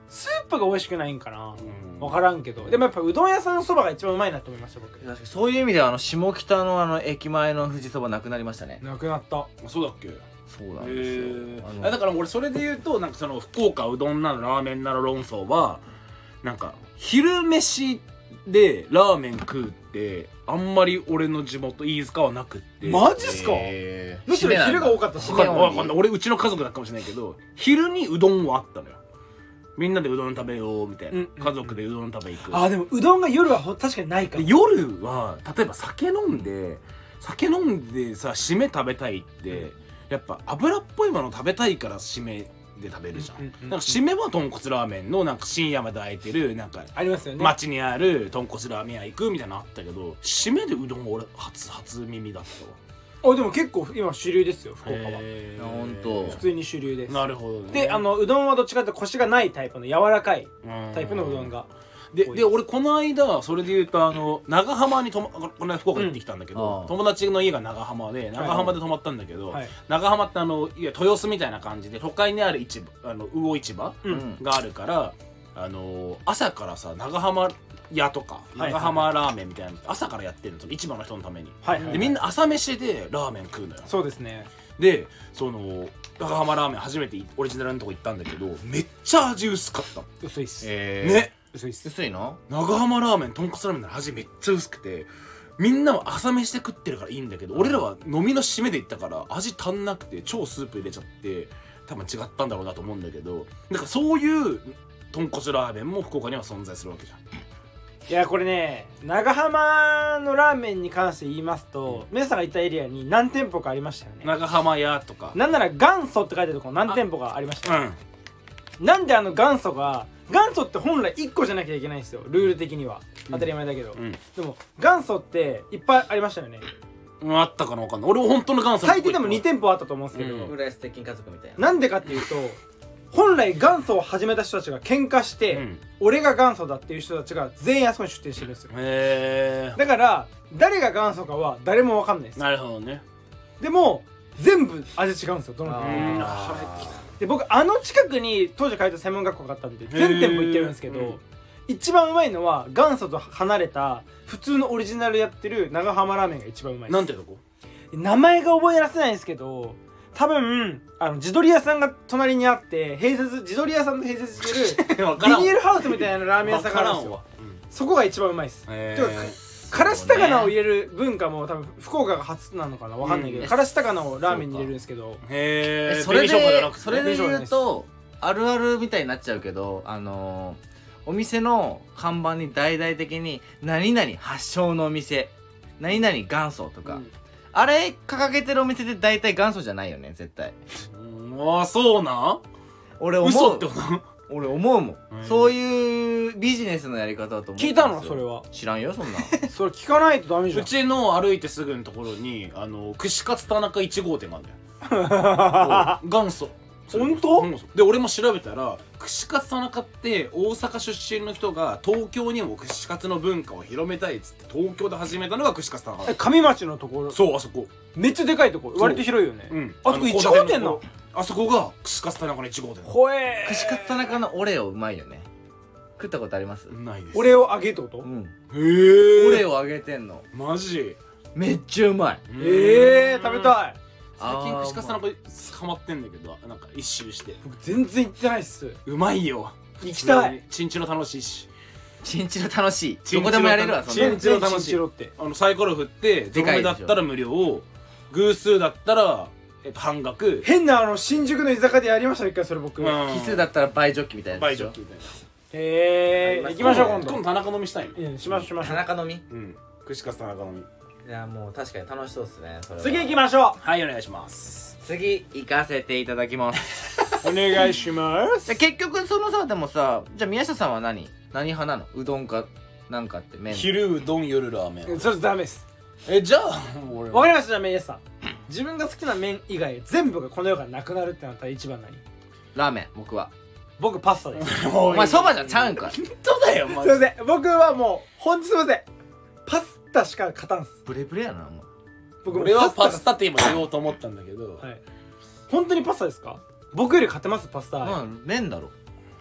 スープが美味しくないんかな、 うん分からんけど、でもやっぱうどん屋さんのそばが一番うまいなと思いました僕。 確かにそういう意味ではあの下北のあの駅前の富士そばなくなりましたね。 なくなった。 あそうだっけ。 そうなんですよ。あのあだから俺それで言うとなんかその福岡うどんなのラーメンなの論争はなんか昼飯でラーメン食うってあんまり俺の地元飯塚はなくって。 マジっすか。 えーむしろ昼が多かったしわかんないわかんない。俺うちの家族だかもしれないけど昼にうどんはあったのよ。みんなでうどん食べようみたいな、 うんうんうん、 家族でうどん食べ行く。 あーでもうどんが夜はほ確かにないから。 夜は例えば酒飲んで酒飲んでさ締め食べたいってやっぱ油っぽいもの食べたいから締めで食べるじゃん、 うんうんうんうん、 なんか締めは豚骨ラーメンのなんか深夜まで開いてるなんかありますよね。 街にある豚骨ラーメン屋行くみたいなのあったけど締めでうどんは俺初初耳だったわ。 あでも結構今主流ですよ福岡は。 へーほんと普通に主流です。 なるほどね。 であのうどんはどっちかっていうとコシがないタイプの柔らかいタイプのうどんがでで俺この間それで言うとあの長浜にともこの間福岡行ってきたんだけど、 うん友達の家が長浜で長浜で泊まったんだけど、 はい、 長浜ってあのいや豊洲みたいな感じで都会にある市場あの魚市場うんがあるからあの朝からさ長浜屋とかはい長浜ラーメンみたいなの朝からやってるのその市場の人のために、 はいはい、 でみんな朝飯でラーメン食うのよ。 そうですね。 でその長浜ラーメン初めてオリジナルのとこ行ったんだけどめっちゃ味薄かった。 薄いっす、 えー、 ね薄いっす。 薄いの長浜ラーメン豚骨ラーメンの味めっちゃ薄くてみんなは朝飯で食ってるからいいんだけど俺らは飲みの締めで行ったから味足んなくて超スープ入れちゃって多分違ったんだろうなと思うんだけどなんかそういう豚骨ラーメンも福岡には存在するわけじゃん。 いやこれね長浜のラーメンに関して言いますと皆さんが行ったエリアに何店舗かありましたよね。 長浜屋とかなんなら元祖って書いてあるところ何店舗かありましたよ、 うんなんであの元祖が元祖って本来いっこじゃなきゃいけないんですよルール的には当たり前だけど、 うんでも元祖っていっぱいありましたよね。 うんあったかな分かんない俺本当の元祖の最低でもに店舗あったと思うんですけど、 うん浦安鉄筋家族みたいな。 なんでかっていうと本来元祖を始めた人たちが喧嘩して、 うん俺が元祖だっていう人たちが全員あそこに出店してるんですよ。 へだから誰が元祖かは誰も分かんないです。 えなるほどね。 でも全部味違うんですよどのあ店舗も。 ーで僕あの近くに当時通った専門学校があったんで全店舗行ってるんですけど、 へー一番うまいのは元祖と離れた普通のオリジナルやってる長浜ラーメンが一番うまいです。 なんてとこ名前が覚えらせないんですけど多分あの地鶏屋さんが隣にあって併設地鶏屋さんと併設してる分ビニールハウスみたいなラーメン屋さんがあるんですよ。そこが一番うまいです。 へてかえからし高菜を入れる文化も多分福岡が初なのかなわかんないけど、 うんからし高菜をラーメンに入れるんですけどへえそれ紅生姜じゃなくてでそれで言うとあるあるみたいになっちゃうけどあのー、お店の看板に大々的に何々発祥のお店何々元祖とか、 うんあれ掲げてるお店で大体元祖じゃないよね絶対。 うんああそうなん俺思う嘘ってこと俺思うもん、 うんそういうビジネスのやり方だと思ってますよ。 聞いたのそれは。 知らんよそんなそれ聞かないとダメじゃ。 うんちの歩いてすぐのところにあの串カツ田中いち号店があるんだよ元祖本当うんで俺も調べたら串カツ田中って大阪出身の人が東京にも串カツの文化を広めたいっつって東京で始めたのが串カツ田中。 上町のところそうあそこめっちゃでかいとこそう割と広いよね。 うんあそこのいち号店なの。 あそこが串カツ田中のいち号店ほえ串カツ田中のオレオうまいよね。食ったことあります？ ないです俺をあげってこと、 うんへえオレオあげてんのマジめっちゃうまい。 ええー、食べたい。 最近串カツ田中ハマってんだけどなんか一周して僕全然行ってないっす。 うまいよ行きたい。 チンチロ楽しいしチンチロ楽しい。 チンチロどこでもやれるわそんなの。 チンチロ楽しいチンチロってあのサイコロ振ってゾロ目でかいでしょだったら無料偶数だったら、えっと、半額変なあの新宿の居酒屋でやりました一回それ僕。へ奇数だったら倍ジョッキみたいなバやつでしょ。 イジョッキみたいなえー、行きましょう今度。 今度田中飲みしたいのいやしましょうしましょう。 田中飲み。 うん串カツ田中飲みいやもう確かに楽しそうですねそれは。 次行きましょはいお願いします次行かせていただきますう。お願いします。 じゃあ結局そのさでもさじゃあ宮下さんは何何派なのうどんかなんかって麺。 昼うどん夜ラーメンそれダメです。 えじゃあ俺わかりました。じゃあ麺屋さん自分が好きな麺以外全部がこの世からなくなるってなったら一番何？ ラーメン僕は。 僕パスタです。 おお前そばじゃちゃうんかい。 本当だよマジすいません僕はもうほんとすいませんパスタしか勝たんす。 ブレブレやなもう。 僕も俺はパスタがって今言おうと思ったんだけどはい本当にパスタですか？僕より勝てますパスタ。 まあ麺だろ。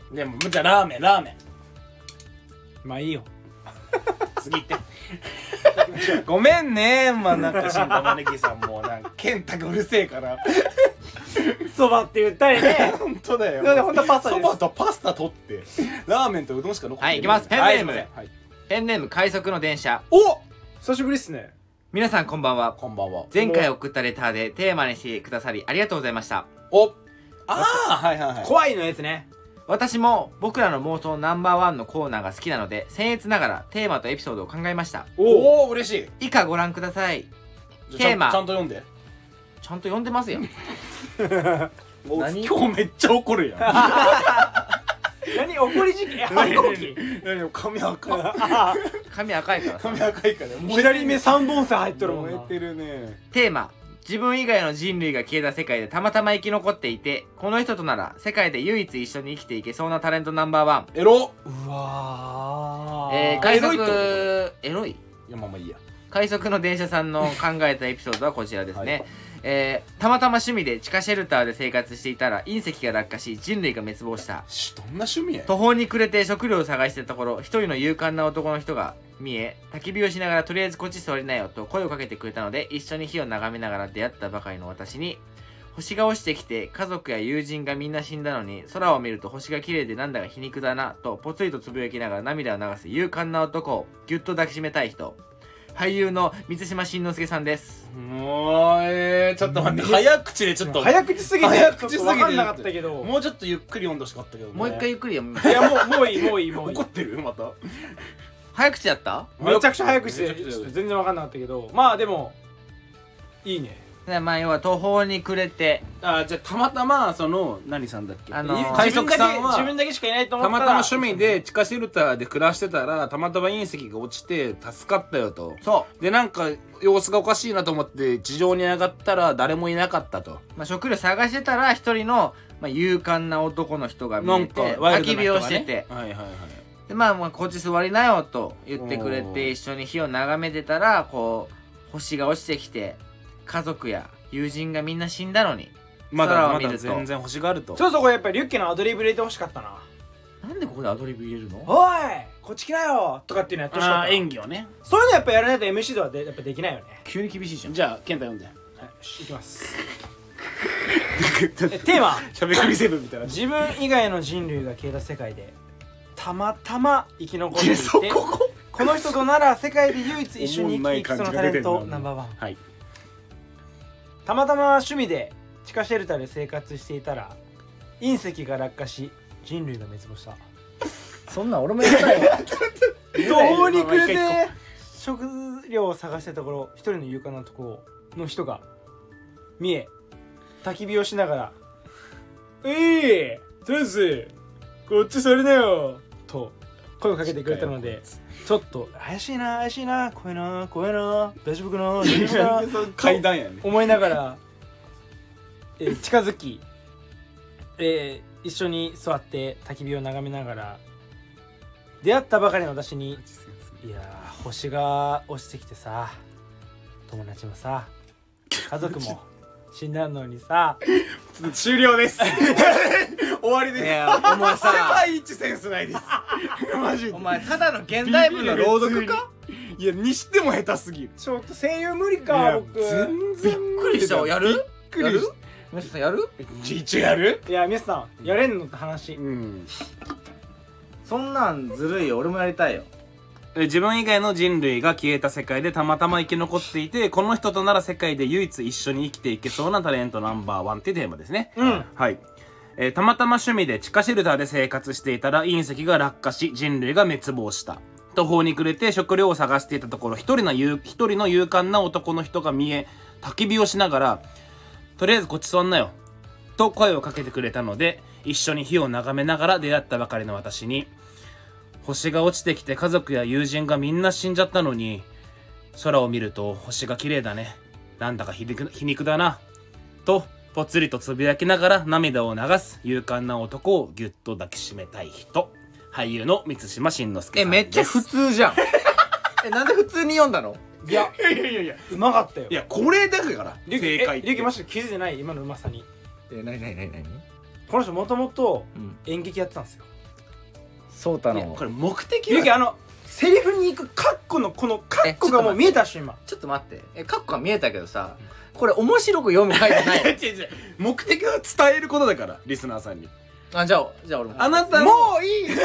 でもじゃあラーメンラーメンまあいいよ。 次行ってごめんねまあなんか新玉ねぎさんもなんか健太がうるせえからそばって言ったりね。 本当だよそれで本当はパスタです。 そばとパスタ取ってラーメンとうどんしか残ってない。 はい行きますペンネームはいすいませんはい、 ペンネーム快速の電車。 お久しぶりっすね。 皆さんこんばんは。 こんばんは。 前回送ったレターでテーマにしてくださりありがとうございました。 おああはいはいはい。 怖いのやつね。 私も僕らの妄想ナンバーワンのコーナーが好きなので僭越ながらテーマとエピソードを考えました。 おお嬉しい。 以下ご覧ください。 テテーマちゃんと読んで。 ちゃんと読んでますよ。何今日めっちゃ怒るやん。 何怒り事件？反抗期？ 何髪赤い。 髪赤いからさ。 髪赤いから。 左目三本線入っとるもんな。 燃えてるね。 テーマ自分以外の人類が消えた世界でたまたま生き残っていてこの人となら世界で唯一一緒に生きていけそうなタレントナンバーワン。 エロ。 うわー。 えー、快速エロいってエロいいやまあまあいいや。 快速の電車さんの考えたエピソードはこちらですね、 はいえー、たまたま趣味で地下シェルターで生活していたら隕石が落下し人類が滅亡した。 しどんな趣味や。 途方に暮れて食料を探していたところ一人の勇敢な男の人が見え焚き火をしながらとりあえずこっち座りなよと声をかけてくれたので一緒に火を眺めながら出会ったばかりの私に星が落ちてきて家族や友人がみんな死んだのに空を見ると星が綺麗でなんだか皮肉だなとぽつりとつぶやきながら涙を流す勇敢な男をぎゅっと抱きしめたい人俳優の満島真之介さんです。 もうえー、ちょっと待って早口でちょっと早口すぎて早口すぎてちょっと分かんなかったけど。 もうちょっとゆっくり読んでほしかったけどね。 もう一回ゆっくり読む。 いやもうもういいもういいもういい怒。ってるまた。 早口だった？ めちゃくちゃ早口でめちゃくちゃちょっと全然分かんなかったけど、まあでもいいね。 でまあ要は途方に暮れてあじゃあたまたまその何さんだっけ、 あのー海賊さんは自分だけしかいないと思ったらたまたま趣味で地下シェルターで暮らしてたらたまたま隕石が落ちて助かったよと。 そうでなんか様子がおかしいなと思って地上に上がったら誰もいなかったと。 まあ、食料探してたら一人の、まあ、勇敢な男の人が見なんえてかワイルドな人がね焚き火をしてて、 はいはいはい。 でまあ、まあこっち座りなよと言ってくれおーて一緒に火を眺めてたらこう星が落ちてきて家族や友人がみんな死んだのにまだま空を見るとだ全然星があると。 ちょっとこれやっぱりリュッケのアドリブ入れてほしかったな。 なんでここでアドリブ入れるの？ おいこっち来なよとかっていうのやってほしかあーったな。 演技をね。 そういうのやっぱやらないと エムシー ではでやっぱできないよね。 急に厳しいじゃん。 じゃあ健太読んで。 はい、よしいきますえテーマしゃべくりセブンみたいな。 自分以外の人類が消えた世界でたまたま生き残っていてそこここの人となら世界で唯一一緒に生きていくそのタレントナンバーワン。 はい。 たまたま趣味で地下シェルターで生活していたら隕石が落下し人類が滅亡した。 そんなん俺もやったよ。 途方に暮れてまあまあ食料を探したところ一人の勇敢なところの人が見え焚き火をしながら「えいとりあえずこっちそれだよ」と声をかけてくれたのでちょっと怪しいな怪しいな怖いな怖いな大丈夫かな大丈夫かな階段やね。 思いながら、えー近づき、えー一緒に座って焚き火を眺めながら出会ったばかりの私に「いやー星が落ちてきてさ友達もさ家族も死んだのにさ終了です。終わりです。 いやお前さ世界一センスないです。マジで。 お前ただの現代文の朗読か？ いやにしても下手すぎる。 ちょっと声優無理いやか僕。 全然びっくりしたやる？ びっくりやるし皆さんやる？ 一応やる？ いやミスさんやれんのって話。 うん。 そんなんずるいよ。俺もやりたいよ。 自分以外の人類が消えた世界でたまたま生き残っていてこの人となら世界で唯一一緒に生きていけそうなタレントナンバーワンっていうテーマですね。 うんはい。えーたまたま趣味で地下シェルターで生活していたら隕石が落下し人類が滅亡した。途方に暮れて食料を探していたところ一人の勇一人の勇敢な男の人が見え焚き火をしながらとりあえずこっち座んなよと声をかけてくれたので一緒に火を眺めながら出会ったばかりの私に星が落ちてきて家族や友人がみんな死んじゃったのに空を見ると星が綺麗だねなんだか皮肉皮肉だなとぽつりとつぶやきながら涙を流す勇敢な男をぎゅっと抱きしめたい人俳優の満島真之介えさんです。 めっちゃ普通じゃん。えなんで普通に読んだの？ いやいやいやいやうまかったよ。 いやこれだからリュ正解えリュウキマジで気づいてない今のうまさに。 えなになになになに？ この人もともとうん。 演劇やってたんですよ。 ソータいやのこれ目的ゆうきはあのセリフに行くカッコのこのカッコがもう見えたっしょ今。 ちょっと待ってえカッコが見えたけどさこれ面白く読む書いてない違う違う目的は伝えることだからリスナーさんにあじゃあじゃあ俺もあなたのもういいも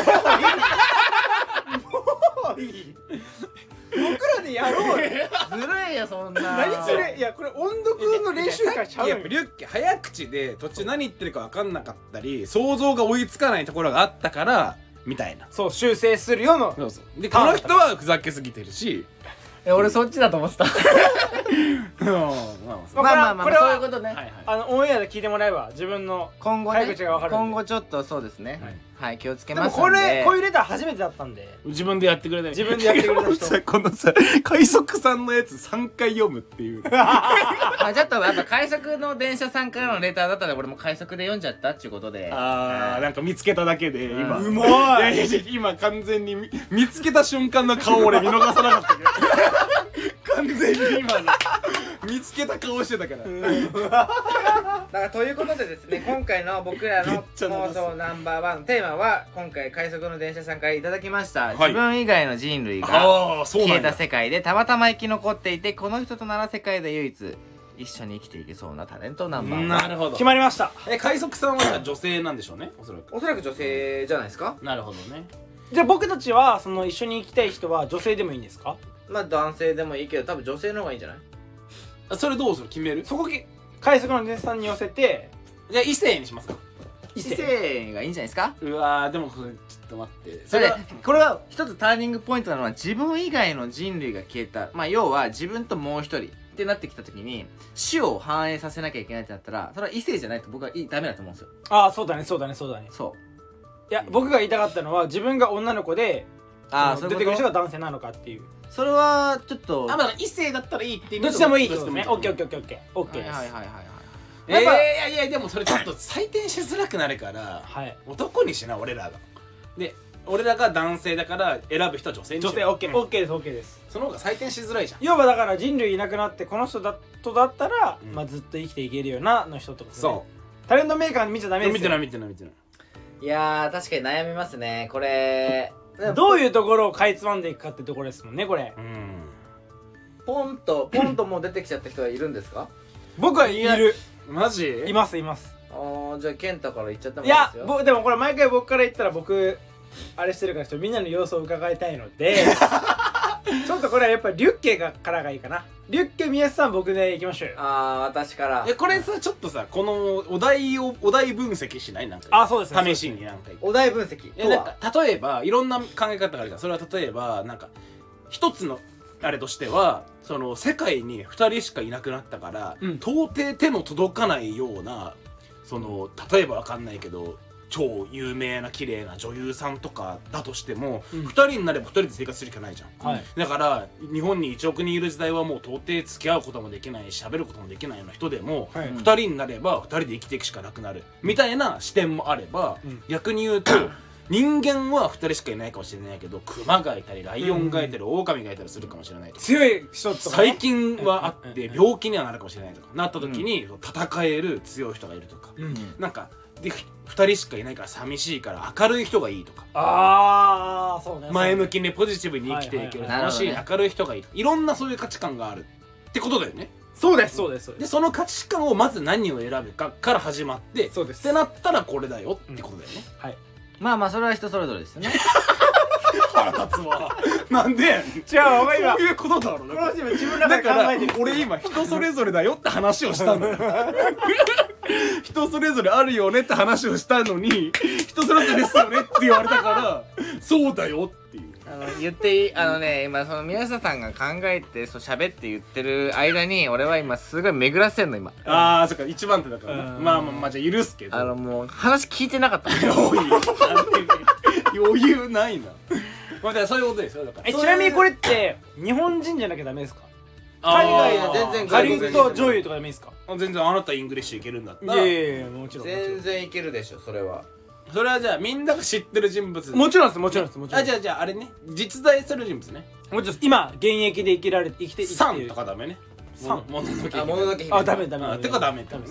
ういい僕らでやろうよ。 ずるいよそんな何それ。いやこれ音読の練習会ちゃうよやっぱリュッケ早口で途中何言ってるか分かんなかったり想像が追いつかないところがあったからみたいな。 そう修正するよの。 そうそうでこの人はふざけすぎてるしえ俺そっちだと思ってたうんまあまあそうまあまあまあこれはそういうことね、 はいはいあのオンエアで聞いてもらえば自分の今後ね早口が分かるんで今後ちょっとそうですねはいはい、気をつけでもますんでこれこういうレター初めてだったんで自分でやってくれた自分でやってくれた人さこのさ快速さんのやつさんかい読むっていうまあちょっとやっぱ快速の電車さんからのレターだったら俺も快速で読んじゃったっていうことであーなんか見つけただけで今うまいいやいやいや今完全に見見つけた瞬間の顔俺見逃さなかったけど完全に今の見つけた顔してたからだからということでですね今回の僕らめっのちゃ流す放送ナンバーワンのテーマは今回快速の電車さんからいただきました、 はい自分以外の人類がああそう消えなんだた世界でたまたま生き残っていてこの人となら世界で唯一一緒に生きていけそうなタレントナンバーワンなるほど決まりました。 え快速さんは女性なんでしょうねおそらくおそらく女性じゃないですかなるほどねじゃあ僕たちはその一緒に行きたい人は女性でもいいんですか。 まあ男性でもいいけど多分女性の方がいいんじゃないあそれどうする決めるそこき快速の電車さんに寄せてじゃあ異性にしますか異性がいいんじゃないですかうわーでもこれちょっと待ってそれでこれは一つターニングポイントなのは自分以外の人類が消えたまあ要は自分ともう一人ってなってきた時に死を反映させなきゃいけないってなったらそれは異性じゃないと僕はいいダメだと思うんですよああそうだねそうだねそうだね。 そういや僕が言いたかったのは自分が女の子でああその出てくる人が男性なのかっていう。 それはちょっとあまだ異性だったらいいって意味どっちでもいいってどっちでもいいことね。オッケーオッケーオッケーオッケーオッケーです。 はいはいはいはいはいえー、 やっぱいやいやでもそれちょっと採点しづらくなるからはい。 男にしな俺らがで俺らが男性だから選ぶ人は女性にしよう女性オッケーうんオッケーですオッケーです。 その方が採点しづらいじゃん要はだから人類いなくなってこの人だとだったら、 うんまあずっと生きていけるよなの人とか、ね、 そタレントメーカー見ちゃダメですよ。 う見てない見てない見てないいやー確かに悩みますねこれどういうところをかいつまんでいくかってところですもんねこれ。 うんポンとポンともう出てきちゃった人はいるんですか僕はいるマジいますいます。 あーじゃあ健太から言っちゃってもいやいいですよ僕でもこれ毎回僕から言ったら僕あれしてるからちょっとみんなの様子を伺いたいのでちょっとこれはやっぱりリュッケがからがいいかな。リュッケ宮下さん僕でいきましょうよ。 あー私からえこれさちょっとさこのお題をお題分析しないなんかあそうですね試しになんかお題分析えなんとはか例えばいろんな考え方があるじゃんそれは例えばなんか一つのあれとしてはその世界にふたりしかいなくなったから、 うん到底手の届かないようなその例えばわかんないけど超有名な綺麗な女優さんとかだとしても、 うんふたりになればふたりで生活するしかないじゃん、 はいだから日本にいちおく人いる時代はもう到底付き合うこともできないし喋ることもできないような人でも、 はいふたりになればふたりで生きていくしかなくなるみたいな視点もあれば、 うん逆に言うと人間はふたりしかいないかもしれないけどクマがいたりライオンがいたり、オオカミがいたりするかもしれないとか強い人とか、ね、 最近はあってうん病気にはなるかもしれないとかなった時に戦える強い人がいるとか、 うんなんかでふたりしかいないから寂しいから明るい人がいいとかああそうね前向きにポジティブに生きていけるはいはいはい楽しいなるほ明るい人がいいとかいろんなそういう価値観があるってことだよね。 そうですそうですそうでですその価値観をまず何を選ぶかから始まってそうですってなったらこれだよってことだよね。 はい。 まあまあそれは人それぞれですよね腹立つわなんで違うお前今そういうことだろうこの自分自分の中でだから考えてる。 俺今人それぞれだよって話をしたのよ人それぞれあるよねって話をしたのに人それぞれですよねって言われたからそうだよっていうあの言っていいあのね今その宮下さんが考えてそう喋って言ってる間に俺は今すごい巡らせんの今ああそっか一番手だからねうんまあまあまあじゃあ許すけどあのもう話聞いてなかったおい余裕ないなまあだからそういうことですよだからえちなみにこれって日本人じゃなきゃダメですか。海あー外の全然ハリウッド女優とかでもいいですか。 全然あなたイングリッシュいけるんだったらいやいやいやもちろんもちろ全然いけるでしょそれはそれはじゃあみんなが知ってる人物んもちろんですもちろんですもちろんあじゃあじゃああれね実在する人物ねもちろんです今現役で生きられて生きて生きてさんいるとかダメねさんもののけあもののけ姫あダメダメあてかダメってことね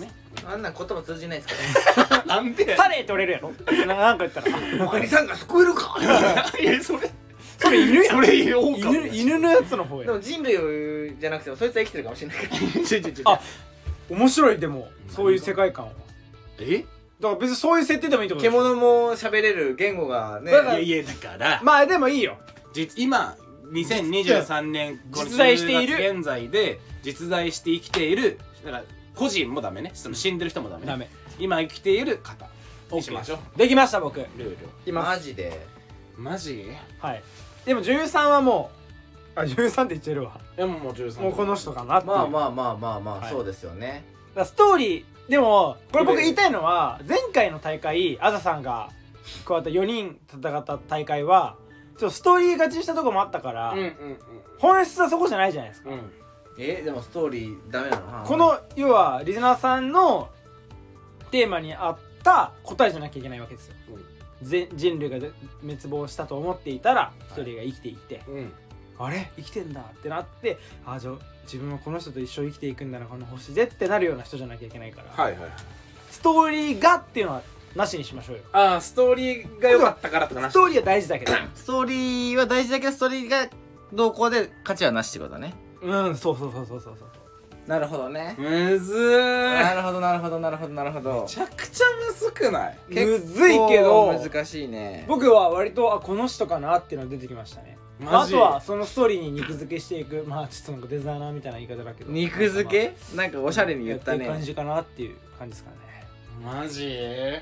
あんなん言葉通じないですかなんでサレーって折れるやろななんか言ったらお兄さんが救えるかいやそれそれ犬やそれ言おうか犬犬のやつの方やでも人類じゃなくてもそいつは生きてるかもしれないからちょちょちょあ面白いでもそういう世界観はえだから別にそういう設定でもいいってことでしょ獣も喋れる言語がねだからいやいやだからまあでもいいよ実今にせんにじゅうさんねん実在しているじゅうがつ現在で実在して生きているだから個人もダメねその死んでる人もダメねダメ今生きている方にしましょうできました僕ルールいますマジでマジはいでもじゅうさんはもうあじゅうさんって言っちゃえるわいやもうもうじゅうさんもうこの人かなっていうまあまあまあまあまあ、 はいそうですよねだからストーリーでもこれ僕言いたいのは前回の大会あざさんが加わったよにん戦った大会はちょっとストーリー勝ちしたとこもあったから、 うんうんうん本質はそこじゃないじゃないですか、 うんえでもストーリーダメなのこの要はリスナーさんのテーマに合った答えじゃなきゃいけないわけですよ、ぜ人類がで滅亡したと思っていたら一人が生きていて、 うんあれ生きてんだってなってあじゃあ自分はこの人と一生生きていくんだなこの星でってなるような人じゃなきゃいけないから、 はいはいストーリーがっていうのはなしにしましょうよああストーリーが良かったからとかなストーリーは大事だけどストーリーは大事だけどストーリーがどうこうで価値はなしってことだねうんそうそうそうそうそうそうなるほどねむずーなるほどなるほどなるほどなるほどめちゃくちゃむずくないむずいけど結構難しいね僕は割とあこの人かなっていうのが出てきましたねマジあとはそのストーリーに肉付けしていくまあちょっとなんかデザイナーみたいな言い方だけど肉付けなんかおしゃれに言ったやっていく感ねじかなっていう感じですかねマジ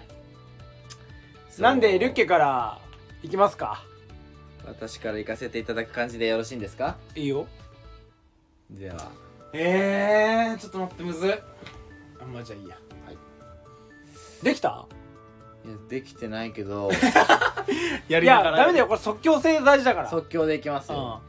なんでリュッケからいきますか私から行かせていただく感じでよろしいんですかいいよではえー、ちょっと待ってむずいあんまじゃあいいやはいできたいやできてないけどやいやダメだよこれ即興性大事だから即興でいきますうんよ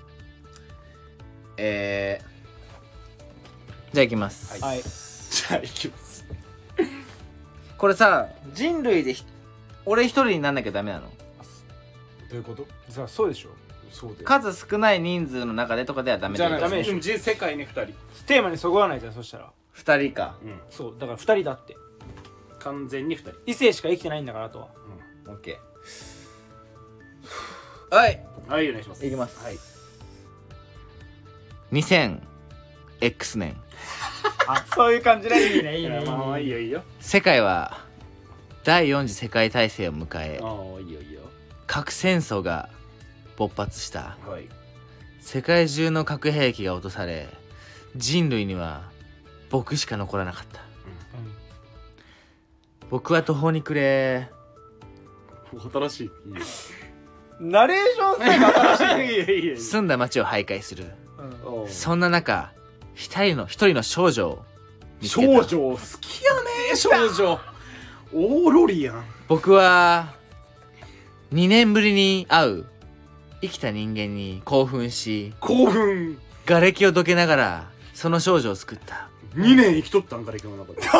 えー、じゃあいきます、 はいじゃあいきますこれさ人類でひ俺一人になんなきゃダメなのどういうことそうそうでしょそうだよ数少ない人数の中でとかではダメじゃあだよダメでしょでもじ世界にふたりテーマにそぐわないじゃんそしたら二人かうんそうだからふたりだって完全にふたり異性しか生きてないんだからあとはオッケーはいはいお願いしますいきますはいにせんエックス 年あそういう感じでいいねいいいねいいねやまあいいよいいよ世界は第四次世界大戦を迎えああいいよいいよ核戦争が勃発したはい世界中の核兵器が落とされ人類には僕しか残らなかった僕は途方に暮れ新しいいいようんナレーション性が新しいいやいやいや住んだ町を徘徊するうんおうそんな中一人の一人の少女を見つけた少女好きやね少女オーロリやん僕はにねんぶりに会う生きた人間に興奮し興奮瓦礫をどけながらその少女を救ったにねん生きとったんから今の中で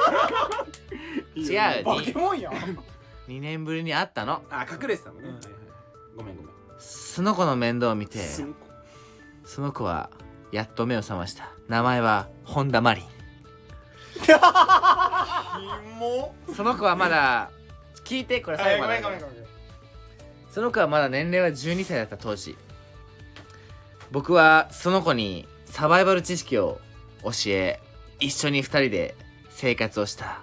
違うバケモンやんにねんぶりに会ったのあ隠れてたのね、 うんはいはいごめんごめんその子の面倒を見てすんこその子はやっと目を覚ました名前は本田マリンキモその子はまだ聞いてこれ最後までんその子はまだ年齢はじゅうにさいだった当時僕はその子にサバイバル知識を教え一緒にふたりで生活をした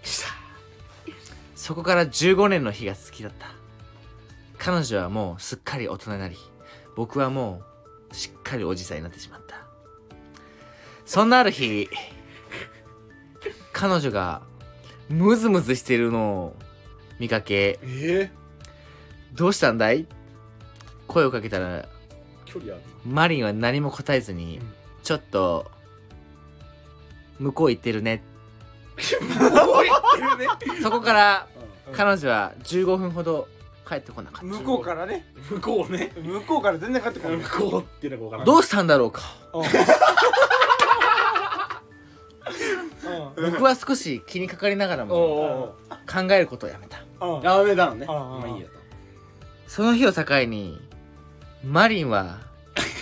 そこからじゅうごねんの日が好きだった彼女はもうすっかり大人になり僕はもうしっかりおじさんになってしまったそんなある日彼女がムズムズしているのを見かけえどうしたんだい声をかけたらー、距離あるマリンは何も答えずに、 うんちょっと向こう行ってるねそこから彼女はじゅうごふんほど帰ってこなかっ向こうからね向こうね向こうから全然帰ってこない向こうっていうのが分からたどうしたんだろうかうん僕は少し気にかかりながらおうもおう考えることをやめたうんやめだのねうんまあいいやとその日を境にマリンは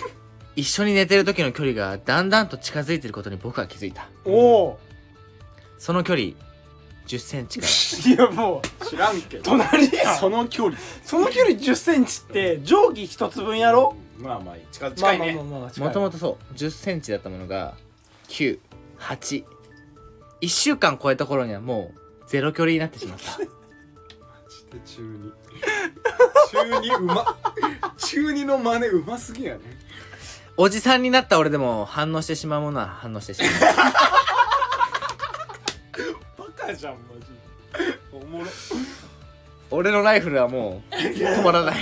一緒に寝てる時の距離がだんだんと近づいてることに僕は気づいたおおその距離じゅっセンチかいやもう知らんけど隣やん。 その距離その距離じゅっセンチって定規一つ分やろ。 まあまあ近近いね。 まあまあまあまあ近いら、もともとそうじゅっセンチだったものがきゅう、はち、いっしゅうかん超えた頃にはもうゼロ距離になってしまった中二中二うま中二の真似うますぎやね。 おじさんになった俺でも反応してしまうものは反応してしまうバカじゃんマジおもろ。 俺のライフルはもう止まらない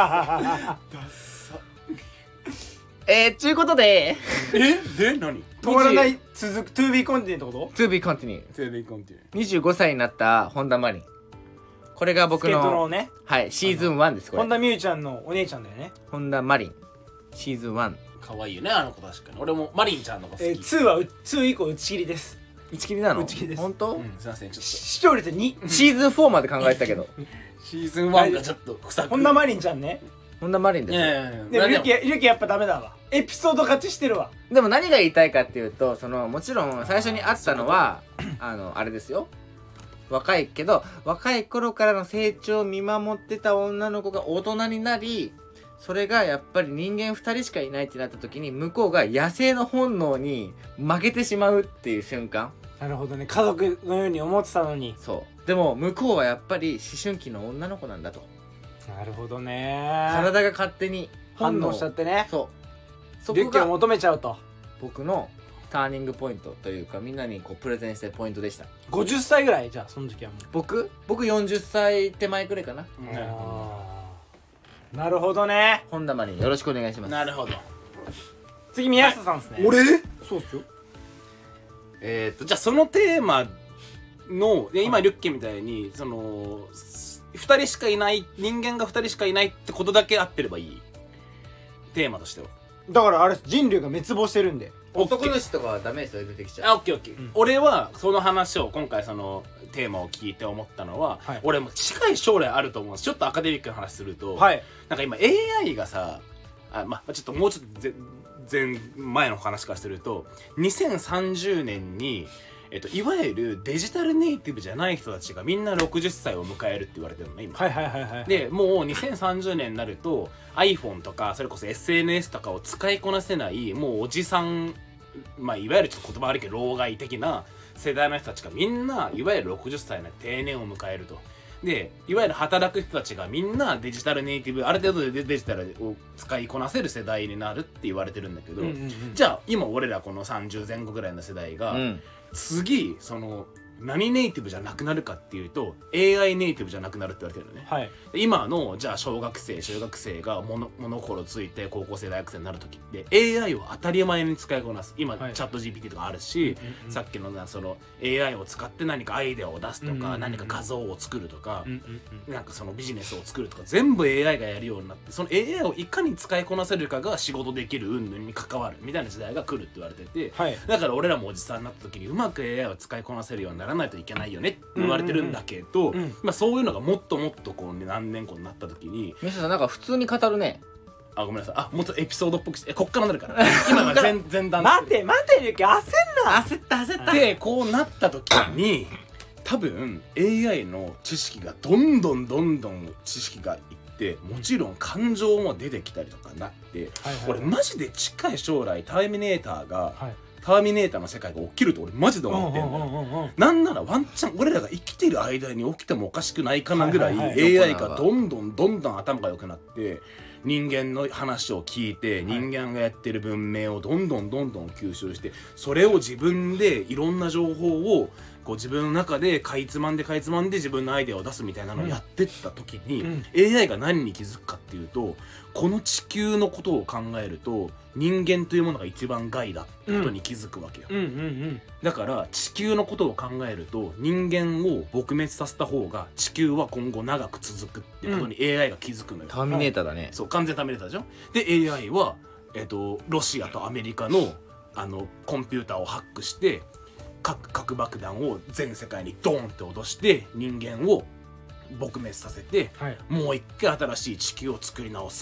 えー、ちゅうことでえで何止まらない続く To be continued ってこと To be continue テレビコンティニューにじゅうごさいになった本田真凜、これが僕スケートののねはいシーズンワンです。これ本田美優ちゃんのお姉ちゃんだよね。 本田真凜シーズンワン可愛いよねあの子。確かに俺もマリンちゃんの子好き。 えー、ツーはツー以降打ち切りです。 打ち切りなの？ 打ち切りです本当？ うんすいませんちょっと視聴率にシーズンフォーまで考えてたけどシーズンワンがちょっと不作。 本田真凜ちゃんね。 本田真凜ですよ。 いやいやいやでもリュキいやリュキやっぱダメだわ。エピソード勝ちしてるわ。 でも何が言いたいかっていうと、そのもちろん最初に会ったのはあのあれですよ、若いけど若い頃からの成長を見守ってた女の子が大人になり、それがやっぱり人間ふたりしかいないってなった時に向こうが野生の本能に負けてしまうっていう瞬間。 なるほどね。家族のように思ってたのに。 そうでも向こうはやっぱり思春期の女の子なんだと、 なるほどね。 体が勝手に反応しちゃってね。 そうそリュこがッキを求めちゃうと。 僕のターニングポイントというか、みんなにこうプレゼンしたいポイントでした。 ごじゅっさいぐらいじゃあその時はもう。 僕僕よんじゅっさい手前くらいかな。 うんなるほあーなるほどね。 本田真凜よろしくお願いします。 どなるほど。 次宮下さんですね。 俺そうっすよ。 えー、っとじゃあそのテーマのいや今リュッケみたいにそのふたりしかいない人間がふたりしかいないってことだけ合ってればいいテーマとしては。 だからあれ人類が滅亡してるんで。 男主とかはダメですよ、出てきちゃう。 あオッケーオッケー、うん、俺はその話を今回そのテーマを聞いて思ったのは、はい、俺も近い将来あると思うんです。ちょっとアカデミックな話すると、はい、なんか今 エーアイ がさあ、まあ、ちょっともうちょっとぜ前前の話からするとにせんさんじゅうねんに、えっと、いわゆるデジタルネイティブじゃない人たちがみんなろくじゅっさいを迎えるって言われてるのね今。 はいはいはいはい。 でもうにせんさんじゅうねんになると iPhone とかそれこそ エスエヌエス とかを使いこなせないもうおじさん、まあいわゆるちょっと言葉悪いけど老害的な世代の人たちがみんないわゆるろくじゅっさいの定年を迎えると。でいわゆる働く人たちがみんなデジタルネイティブある程度でデジタルを使いこなせる世代になるって言われてるんだけど、うんうんうん、じゃあ今俺らこのさんじゅうぜん後ぐらいの世代が、うん、次その何ネイティブじゃなくなるかっていうと エーアイ ネイティブじゃなくなるって言われてるのね、はい、今のじゃあ小学生中学生が物心ついて高校生大学生になる時って エーアイ を当たり前に使いこなす今、はい、チャット ジーピーティー とかあるし、うんうん、さっきのその エーアイ を使って何かアイデアを出すとか、うんうんうん、何か画像を作るとか、うんうんうん、なんかそのビジネスを作るとか全部 エーアイ がやるようになってその エーアイ をいかに使いこなせるかが仕事できる云々に関わるみたいな時代が来るって言われてて、はい、だから俺らもおじさんになった時にうまく エーアイ を使いこなせるようにならないといけないよねって言われてるんだけど、うんうんうん、まあそういうのがもっともっとこう、ね、何年後になった時に宮下さんなんか普通に語るね。 あごめんなさいあもっとエピソードっぽくしてえこっからなるから今は前前段待て待てリュウキ焦んな焦った焦ったでこうなった時に多分 エーアイ の知識がどんどんどんどん知識がいってもちろん感情も出てきたりとかなって、はいはいはい、俺マジで近い将来ターミネーターが、はいターミネーターの世界が起きると俺マジで思ってんのよ。なんならワンチャン俺らが生きてる間に起きてもおかしくないかなぐらい エーアイ がどんどんどんどん頭が良くなって人間の話を聞いて人間がやってる文明をどんどんどんどん吸収してそれを自分でいろんな情報をこう自分の中でかいつまんでかいつまんで自分のアイデアを出すみたいなのをやってった時に、うん、エーアイ が何に気づくかっていうとこの地球のことを考えると人間というものが一番害だってことに気づくわけよ、うんうんうんうん、だから地球のことを考えると人間を撲滅させた方が地球は今後長く続くってことに エーアイ が気づくのよ、うん、 ターミネーターだね、 はい、そう完全ターミネーターでしょ。で エーアイ は、えーと、ロシアとアメリカのあのコンピューターをハックして核核爆弾を全世界にドーンって落として人間を撲滅させて、はい、もう一回新しい地球を作り直すって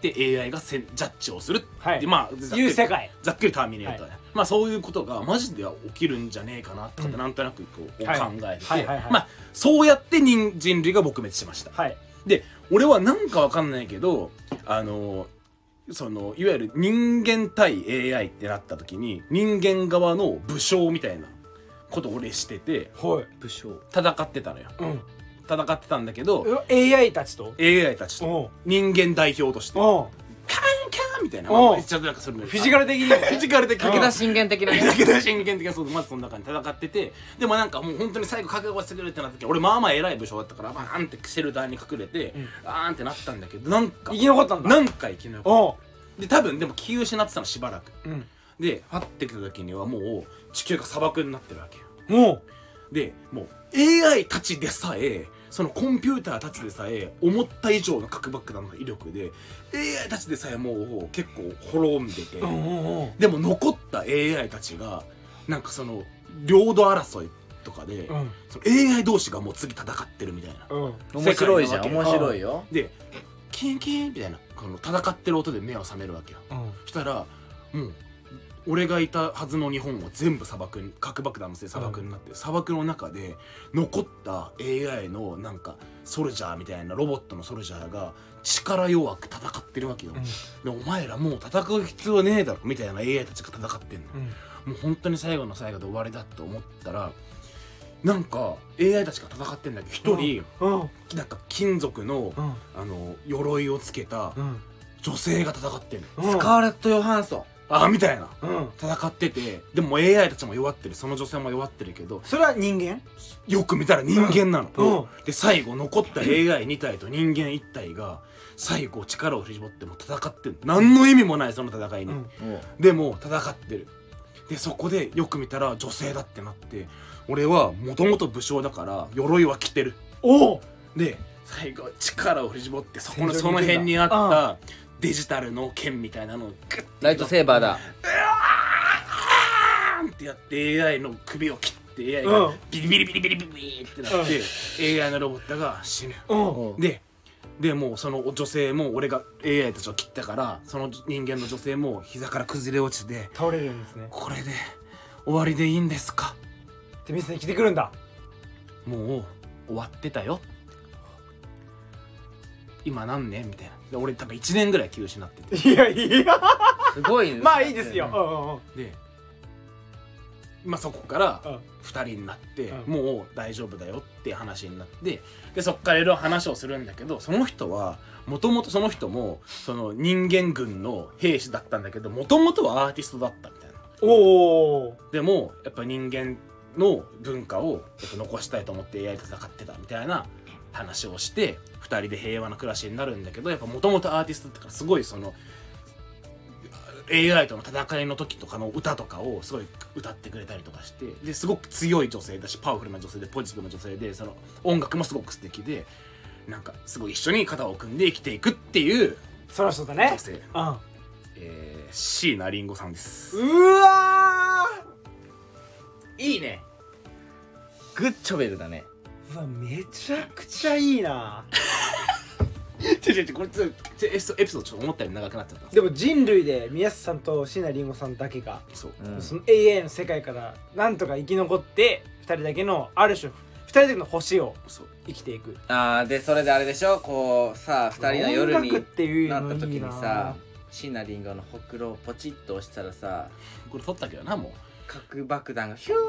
て エーアイ がせんジャッジをするって、 はいでまあざっくりいう世界。 ざっくりターミネーターで、 はまあそういうことがマジで起きるんじゃねえかなとかってなんとなくこう、 はい考えてて、 はいはいはいまあそうやって人人類が撲滅しました。 はい。 で俺はなんかわかんないけどあのそのいわゆる人間対 エーアイ ってなった時に人間側の武将みたいなことを俺しててはい。 武将戦ってたのよ。 うん。 戦ってたんだけどエーアイ たちと。 エーアイ たちとおう人間代表としておうカンカンみたいな、 おうまあ、ちょっとなんかそれもフィジカル的にもフィジカル的武田信玄的な武田信玄的なそうまずその中に戦っててでもなんかもう本当に最後覚悟してくれってなった時俺まあまあ偉い武将だったからバーンってシェルターに隠れて、 うんあーんってなったんだけどなんか生き残ったんだ。 なんか生き残おうるで多分でも気失ってたのしばらくうん。 でパッてきた時にはもう地球が砂漠になってるわけよもうでもう エーアイ たちでさえそのコンピューターたちでさえ思った以上の核爆弾の威力で エーアイ たちでさえもう結構滅んでて、 うんうんうん。 でも残った エーアイ たちがなんかその領土争いとかで、 うんその エーアイ 同士がもう次戦ってるみたいな、 うん。 面白いじゃん世界なわけ面白いよでキンキンみたいなこの戦ってる音で目を覚めるわけようん。 そしたらもう俺がいたはずの日本は全部砂漠に核爆弾のせいで砂漠になって、砂漠の中で残った エーアイ のなんかソルジャーみたいなロボットのソルジャーが力弱く戦ってるわけよ、でお前らもう戦う必要ねえだろみたいな エーアイ たちが戦ってんの、 うん。 もう本当に最後の最後で終わりだと思ったらなんか エーアイ たちが戦ってんだけど一人、 うん。 なんか金属の、 うん。 あの鎧をつけたうん。 女性が戦ってんの、 うん。 スカーレット・ヨハンソンあみたいなうん。 戦っててでも エーアイ たちも弱ってるその女性も弱ってるけどそれは人間？ よく見たら人間なの、 うんうんで最後残った エーアイに 体と人間いち体が最後力を振り絞っても戦ってる何の意味もないその戦いに、 うんでも戦ってるでそこでよく見たら女性だってなって俺はもともと武将だから鎧は着てるおお。で、 で最後力を振り絞ってそこの戦場にその辺にあっ行くんたデジタルの剣みたいなのをグッてライトセーバーだーンってやって エーアイ の首を切って エーアイ がうんビリビリビリビリビリってなって エーアイ のロボットが死ぬうん。 ででもうその女性も俺が エーアイ たちを切ったからその人間の女性も膝から崩れ落ちて倒れるんですね。 これで終わりでいいんですかで店に来てくるんだ。 もう終わってたよ今何年みたいなで俺多分いちねんぐらい気を失ってていやいや。 すごいねまあいいですよ。うんうんうん。 でまあそこからうんふたりになって、 うんもう大丈夫だよっていう話になってでそっからいろいろ話をするんだけどその人はもともとその人もその人間軍の兵士だったんだけどもともとはアーティストだったみたいなおお。 でもやっぱ人間の文化をやっぱ残したいと思って エーアイ と戦ってたみたいな話をしてふたりで平和な暮らしになるんだけどやっぱもともとアーティストだからすごいそのエーアイ との戦いの時とかの歌とかをすごい歌ってくれたりとかしてですごく強い女性だしパワフルな女性でポジティブな女性でその音楽もすごく素敵でなんかすごい一緒に肩を組んで生きていくっていうその人だね女。性、 うん。 えー、椎名林檎さんです。 うわいいねグッチョベルだねー。うわめちゃくちゃいいな。 ちょちょちょこれちょちょエピソエピソードちょっと思ったより長くなっちゃったんですでも人類で宮下さんと椎名林檎さんだけが、 そううんその エーアイ の世界からなんとか生き残ってふたりだけのある種ふたりだけの星をそう生きていく。 あーでそれであれでしょこうさあふたりの夜に音楽っていうなった時のいいなにさ椎名林檎のほくろをポチッと押したらさこれ撮ったけどなもう核爆弾がヒュー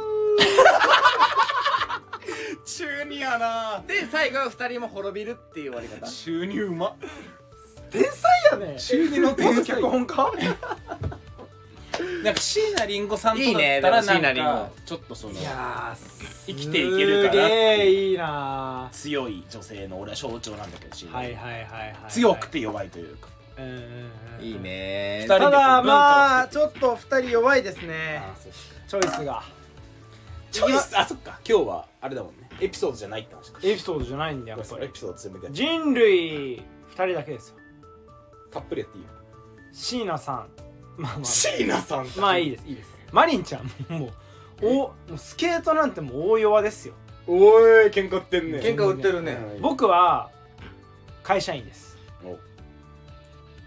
中二やなで最後はふたりも滅びるっていう終わり方収入うま天才やね。 中二の天才脚本家。 なんか椎名林檎さんとだいいねったらでも椎名なんか林ちょっとそのいや生きていけるかなすげえいいな。 強い女性の俺は象徴なんだけど椎名はい林檎はいはいはい。 強くて弱いというかうんうんうん。 いいね二人ただまあ文化をちょっとふたり弱いですね。 あそうチョイスが。 チョイスあそっか今日はあれだもんねエピソードじゃないって話かエピソードじゃないんだよやっぱり。 そうエピソード強めて人類ふたりだけですよ。 たっぷりやっていいよ椎名さん。まあまあ。 椎名さんまあいいですいいです。マリンちゃんもうおもうスケートなんてもう大弱ですよ。 おい喧嘩売ってんね喧嘩売ってるねうん僕は会社員です。 お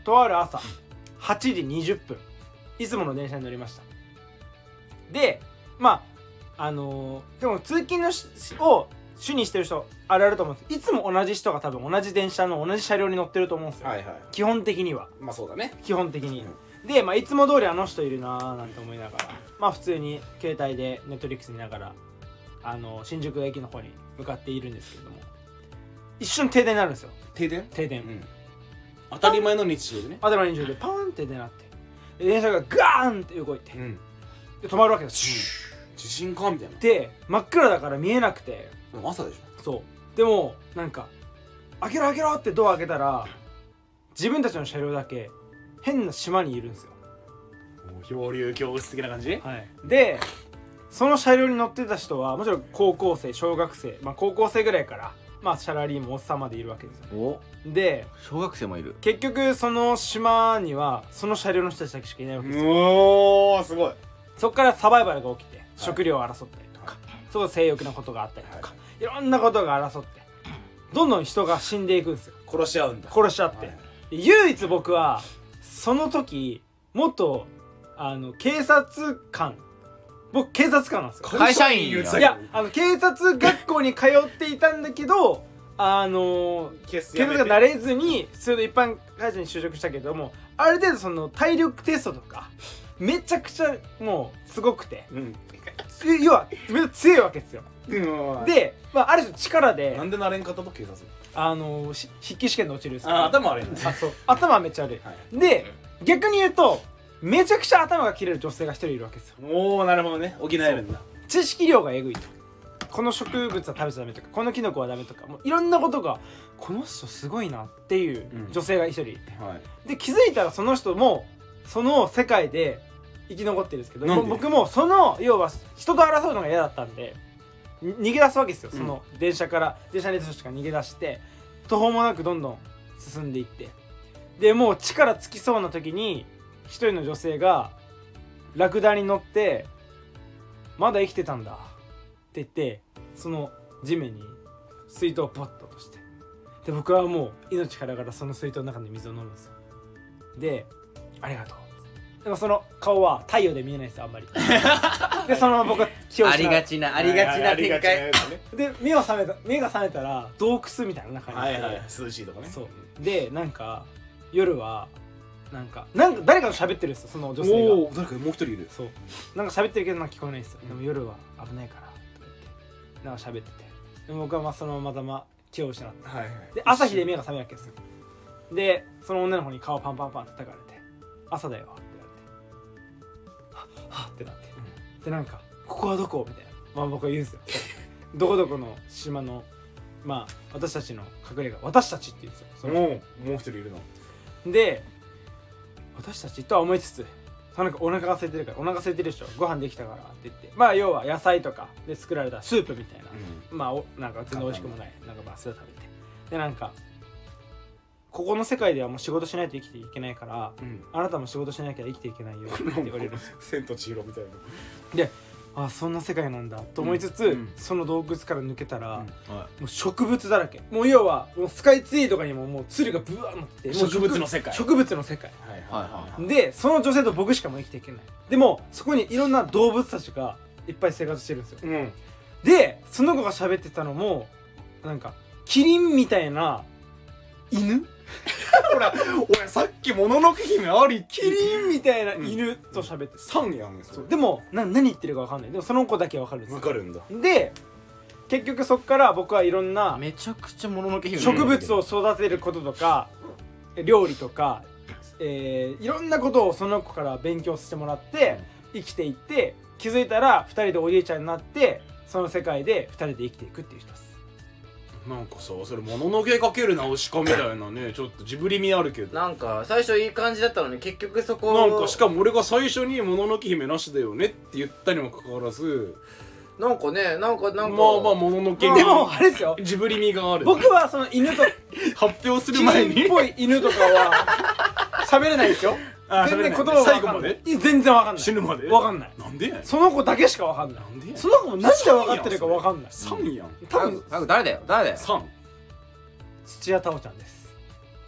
とある朝はちじにじゅっぷんいつもの電車に乗りました。でまああのー、でも通勤のしを主にしてる人あるあると思うんです。いつも同じ人が多分同じ電車の同じ車両に乗ってると思うんですよ、 はいはい、 基本的には。 まあそうだね、 基本的に、 うん、 で、まあ、いつも通りあの人いるなーなんて思いながら、まあ普通に携帯でネットフリックス見ながらあの新宿駅の方に向かっているんですけれども、一瞬停電になるんですよ。 停電停電、 うん、当たり前の日常でね、 当たり前の日常でパーンってなって電車がガーンって動いて、 うん、 で止まるわけです、 うん、地震かみたいな。 で真っ暗だから見えなくて、 でも朝でしょ。 そうでもなんか開けろ開けろってドア開けたら自分たちの車両だけ変な島にいるんですよ。 漂流教室的な感じ、 はい、でその車両に乗ってた人はもちろん高校生小学生、まあ、高校生ぐらいからまあシャラリーもおっさんまでいるわけですよ、ね、 おで小学生もいる。 結局その島にはその車両の人たちだけしかいないわけですよ。 おーすごい。 そっからサバイバルが起きて、はい、食料を争ったりとか、はい、すごい性欲なことがあったりとか、はい、いろんなことが争ってどんどん人が死んでいくんですよ。 殺し合うんだ。 殺し合って、はい、唯一僕はその時もっとあの警察官、僕警察官なんですよ。 会社員よ。 いやあの警察学校に通っていたんだけどあの警察がなれずに普通の一般会社に就職したけども、ある程度その体力テストとかめちゃくちゃもうすごくて、うん、要はめっちゃ強いわけですよ。で、まあ、ある種力でなんでなれんかったと警察あの筆記試験で落ちるんですよ。 あ頭悪いんだ。 あそう頭はめっちゃ悪い、はい、で逆に言うとめちゃくちゃ頭が切れる女性が一人いるわけですよ。 おおなるほどね、補えるんだ。 知識量がえぐいと、この植物は食べちゃダメとかこのキノコはダメとかもういろんなことがこの人すごいなっていう女性が一人いて、うんはい、で気づいたらその人もその世界で生き残ってるんですけど、僕もその要は人と争うのが嫌だったんで逃げ出すわけですよ。その電車から、うん、電車にいた人しか逃げ出して途方もなくどんどん進んでいって、でもう力尽きそうな時に一人の女性がラクダに乗ってまだ生きてたんだって言ってその地面に水筒をポッと落として、で僕はもう命からがらその水筒の中で水を飲むんですよ。でありがとう。でもその顔は太陽で見えないんですよあんまりでそのまま僕は気をありがちなありがちな展開で目を覚めた目が覚めたら洞窟みたいな中にはいはい涼しいとかね。 そうでなんか夜はなんかなんか誰かと喋ってるんですよその女性が。 おお誰かもう一人いる。 そうなんか喋ってるけどなんか聞こえないんですよ、うん、でも夜は危ないからとか言ってなんか喋ってて、でも僕はまあそのままたま気を失って、はいはい、で朝日で目が覚めるわけですよ。でその女の子に顔パンパンパン叩かれて朝だよって言われてはっはっってなって、うん、でなんかここはどこみたいなまあ僕は言うんですよどこどこの島のまあ私たちの隠れ家私たちって言うんですよ。そのもうもう一人いるので私たちとは思いつつなんかお腹が空いてるからお腹空いてるでしょご飯できたからって言ってまあ要は野菜とかで作られたスープみたいな、うん、まあおなんか全然美味しくもないなんかまあそれを食べてでなんかここの世界ではもう仕事しないと生きていけないから、うん、あなたも仕事しなきゃ生きていけないよって言われるんですよ千と千尋みたいなであそんな世界なんだと思いつつ、うん、その洞窟から抜けたら、うんはい、もう植物だらけもう要はもうスカイツリーとかにももうツルがブワーッって植物の世界植物の世界、 はいはいはい、 でその女性と僕しかも生きていけない。でもそこにいろんな動物たちがいっぱい生活してるんですよ、うん、でその子が喋ってたのもなんかキリンみたいな犬ほら俺さっきもののけ姫ありキリンみたいな犬と喋って、うん、 サンやんそれでもな何言ってるか分かんない。でもその子だけ分かるんですよ。 分かるんだ。 で結局そっから僕はいろんなめちゃくちゃもののけ姫植物を育てることとか料理とか、えー、いろんなことをその子から勉強してもらって生きていって気づいたらふたりでおじいちゃんになってその世界でふたりで生きていくっていう人です。 なんかさそれもののけかけるナウシカみたいなねちょっとジブリ味あるけどなんか最初いい感じだったのに結局そこなんかしかも俺が最初にもののけ姫なしだよねって言ったにもかかわらずなんかねなんかなんかまあまあもののけでもあれですよジブリ味がある。 僕はその犬と発表する前にキリンっぽい犬とかは喋れないですよ全然言葉は最後まで全然わかんない。 死ぬまでわかんない。 なんでその子だけしかわかんない。なんでその子も何でわかってるかわかんない。 サンやん多分誰だよ誰だよサン土屋太鳳ちゃんです。 あ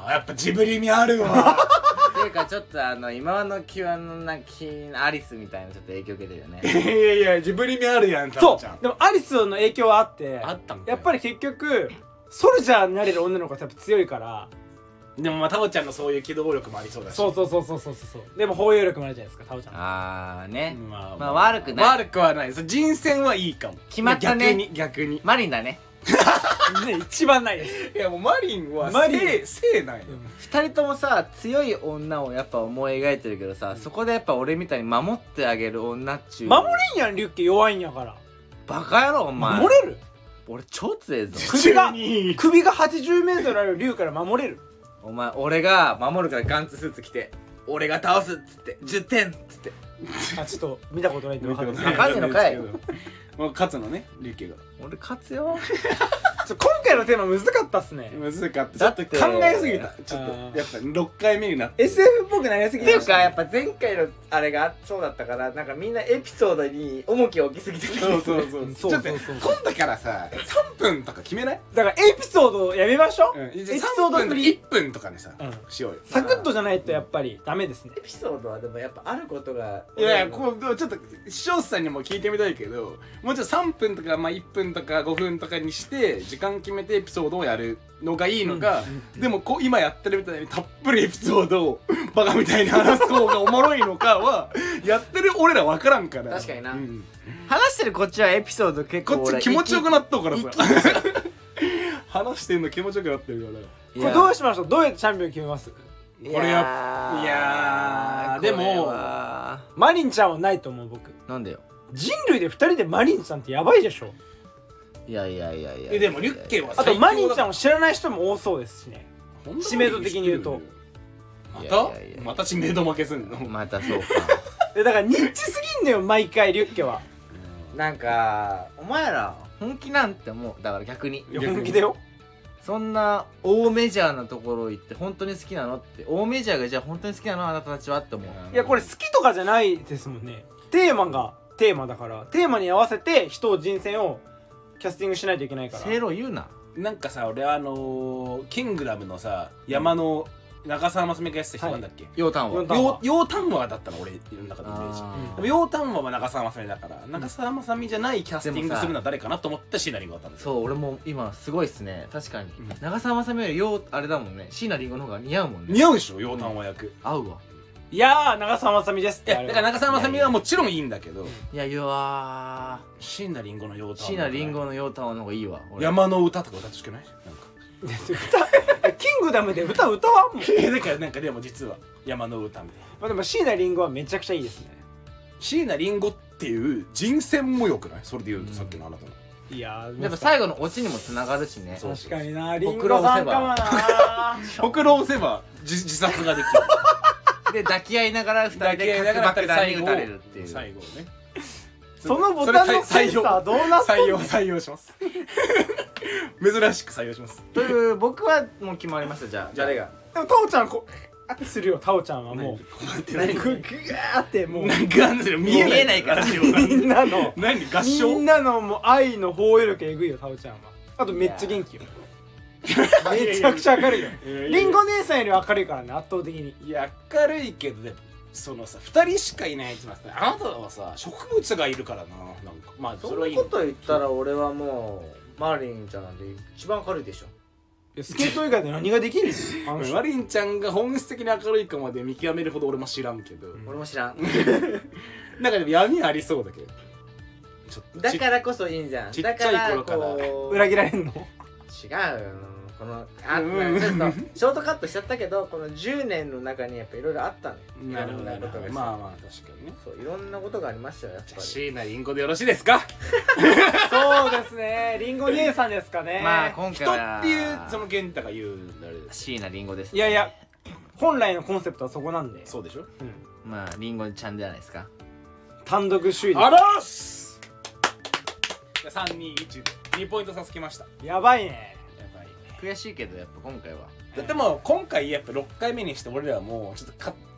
やっぱジブリ味あるわっていうかちょっとあの今のキワのなんかアリスみたいなちょっと影響受けてるよね。 いやいやジブリ味あるやんタそモちゃんうでもアリスの影響はあってあったんかいやっぱり結局ソルジャーになれる女の子が多分強いからでもまあタモちゃんのそういう機動力もありそうだしそうそうそうそうそうそうでも包容力もあるじゃないですかタオちゃんあーね、 まあ、 まあ悪くない悪くはないそう人選はいいかも決まったね逆に逆にマリンだね。 ね一番ないですいやもうマリンはマリン性性なんよ、 二人ともさ強い女をやっぱ思い描いてるけどさ、そこでやっぱ俺みたいに守ってあげる女っちゅう守れんやんリュッケ弱いんやからバカ野郎お前。 守れる俺超強えぞ。 首が普通に首がはちじゅうメートルある竜から守れるお前俺が守るからガンツスーツ着て俺が倒すっつってじゅってんっつってあちょっと見たことないんで分かんないわかんねえのかいもう勝つのねリュッケが俺勝つよ。 ちょ今回のテーマ難かったっすねむずかったちょっとだって考えすぎたちょっあとーやっぱろっかいめになってエスエフ っぽくなりすぎっていうかやっぱ前回のあれがそうだったからなんかみんなエピソードに重きを置きすぎてた。 そうそうそううんちょっとそうそうそう今度からささんぷんとか決めないだからエピソードやめましょう、 うんエピソードさんぷんとか振りいっぷんとかにさうんしようよサクッとじゃないとやっぱりダメですねエピソードはでもやっぱあることがいやいやこうちょっと視聴者さんにも聞いてみたいけどもうちょっとさんぷんとか、まあ、いっぷんとかごふんとかにして時間決めてエピソードをやるのがいいのか、でもこう今やってるみたいにたっぷりエピソードをバカみたいに話す方がおもろいのかはやってる俺ら分からんから確かになうん話してるこっちはエピソード結構こっち気持ちよくなっとうからさ話してんの気持ちよくなってるからこれどうしましょうどうやってチャンピオン決めますこれやいやーでもマリンちゃんはないと思う僕なんでよ。 人類でふたりでマリンちゃんってやばいでしょいやいやいやいやえでもリュッケはあとマリンちゃんを知らない人も多そうですしねほんと知名度的に言うとまいやいやいやたまた知名度負けすんのまたそうか。 でだからニッチすぎんのよ毎回リュッケはなんかお前ら本気なんて思う。だから逆にいや本気だよそんな大メジャーなところ行って本当に好きなのって大メジャーがじゃあ本当に好きなのあなたたちはって思う。 いやこれ好きとかじゃないですもんねテーマがテーマだからテーマに合わせて人を人選をキャスティングしないといけないから正論言うな。 なんかさ俺あのー、キングダムのさ山の長澤まさみがやってた人なんだっけ、 ヨータンはヨータンようようたんわだったの俺の中のイメージあでもようたんわは長澤まさみだから長澤まさみじゃないキャスティングするのは誰かなと思ってシナリングだったんですよそう俺も今すごいっすね確かに、 うん長澤まさみよりようあれだもんね椎名林檎の方が似合うもんね。 似合うでしょようたんわ役、 合うわ。 いやー長澤まさみですっいてやだから長澤まさみはもちろんいいんだけどいやいやわ椎名林檎のようたんわ椎名林檎のヨータンの方がいいわ俺。 山の歌とか歌ってほしくないなんか歌キングダムで歌歌わんもんえだからなんかでも実は山の歌みたいなまあでも椎名林檎はめちゃくちゃいいですね椎名林檎っていう人選もよくないそれで言うとさっきのあなたのいやーでも最後のオチにもつながるしね。 そう確かにな林ほくろ檎さんかもなほくろを押せば自自殺ができるで抱き合いながら二人で抱き合いながら核爆弾に撃たれるっていう。 最後をねそのボタンのセンサーどうなっ採用てんの採用します珍しく採用しますという僕はもう決まりました。じゃあ誰がでもタオちゃんこうあってするよタオちゃんはもう何ググーってもうなんかなんですよ見えない見えないからみんなの何合み唱んなのもう愛の包容力えぐいよタオちゃんはあとめっちゃ元気よめちゃくちゃ明るいよりんご姉さんより明るいからね圧倒的にいや明るいけどでもそのさ二人しかいないって言ってますあなたはさ植物がいるからななんかまあそそれはいいんなこと言ったら俺はもうマリンちゃんなんで一番明るいでしょ。 スケート以外で何ができるんですよあの人マリンちゃんが本質的に明るいかまで見極めるほど俺も知らんけど、 俺も知らん。 なんかでも闇ありそうだけどちょっとだからこそいいんじゃん。 ちっちゃいだから頃からこう裏切られんの違うよこのあうんちょっとショートカットしちゃったけどこのじゅうねんの中にやっぱいろいろあったのよ。 なるほどなるほどいろんなことがまあまあ確かにねそういろんなことがありましたよやっぱり。 椎名林檎でよろしいですかそうですねりんご姉さんですかねまあ今人回はっていうその健太が言うあれです椎名林檎です、ね。 いやいや本来のコンセプトはそこなんでそうでしょうんまあ林檎ちゃんじゃないですか。 単独首位であらーすさんにいちにポイント差つきましたすやばいねやばいね悔しいけどやっぱ今回はだってもう今回やっぱろっかいめにして俺らはもうちょっとか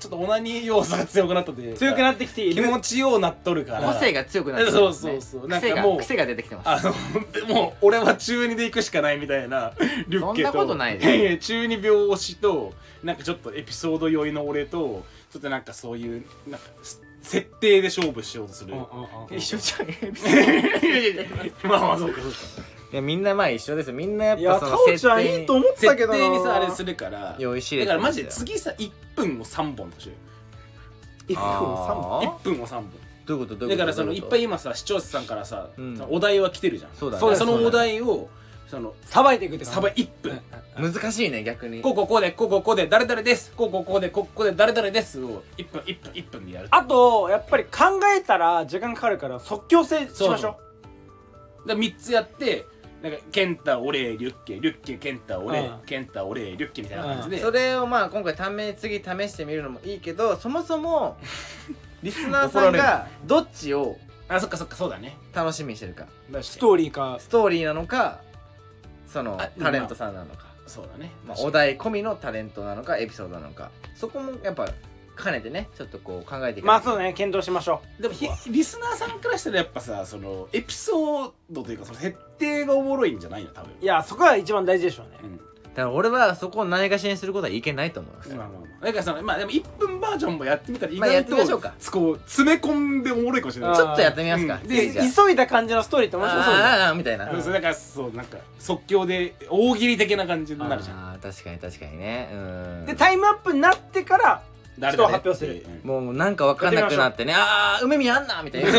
ちょっとオナニー要素が強くなったで強くなってきている。 気持ちようなっとるから個性が強くなってきてそうますねそうそうなん癖がかもう癖が出てきてますあのもう俺は中二で行くしかないみたいなリュッケとそんなことないですいやいや中二病推しとなんかちょっとエピソード酔いの俺とちょっとなんかそういうなんか設定で勝負しようとする一緒じゃんまあまあそうかそうかいやみんなまあ一緒ですみんなやっいやタぱそのオちゃんいいと思ったけどな。 設定にさあれするから用意しれてだからマジでます次さいっぷんをさんぼんとしよいっぷんをあーういっぷんをさんぼんどういうことどういうことだからそのいっぱい今さ視聴者さんからさ、 うんそのお題は来てるじゃんそうだねそうですそのお題をそのさばいていくってさばいっぷん、 難しいね逆にこうこうこうでこうこうこうで誰々ですこうこうこうでこうこうで誰々ですをいっぷんいっぷんいっぷんでやるあとやっぱり考えたら時間かかるから即興性しましょでみっつやってなんかケンタ俺リュッケリュッケケンタ俺、 うんケンタ俺リュッケみたいな感じで、 それをまあ今回試次試してみるのもいいけどそもそもリスナーさんがどっちをあそっかそっかそうだね楽しみにしてるかう。ストーリーかストーリーなのかそのあタレントさんなのか、 そうだね、 まあ、お題込みのタレントなのかエピソードなのかそこもやっぱ兼ねてねちょっとこう考えていかまあないとそうね検討しましょでもひリスナーさんからしたらやっぱさそのエピソードというかその設定がおもろいんじゃないの多分う。いやそこが一番大事でしょうね。 うんだから俺はそこをないがしにすることはいけないと思います、 まあまあまあだからそのまあでもいっぷんバージョンもやってみたら意まあやっ外とてみましょうかこう詰め込んでおもろいかもしれないあちょっとやってみますか、 うん次じゃあ急いだ感じのストーリーって面白そうだね。 あーあーみたいな、 うんそうだからそうなんか即興で大喜利的な感じになるじゃんあー確かに確かにねうんでタイムアップになってから誰人を発表するうんもうなんか分かんなくなってねあー梅宮あんなみたいな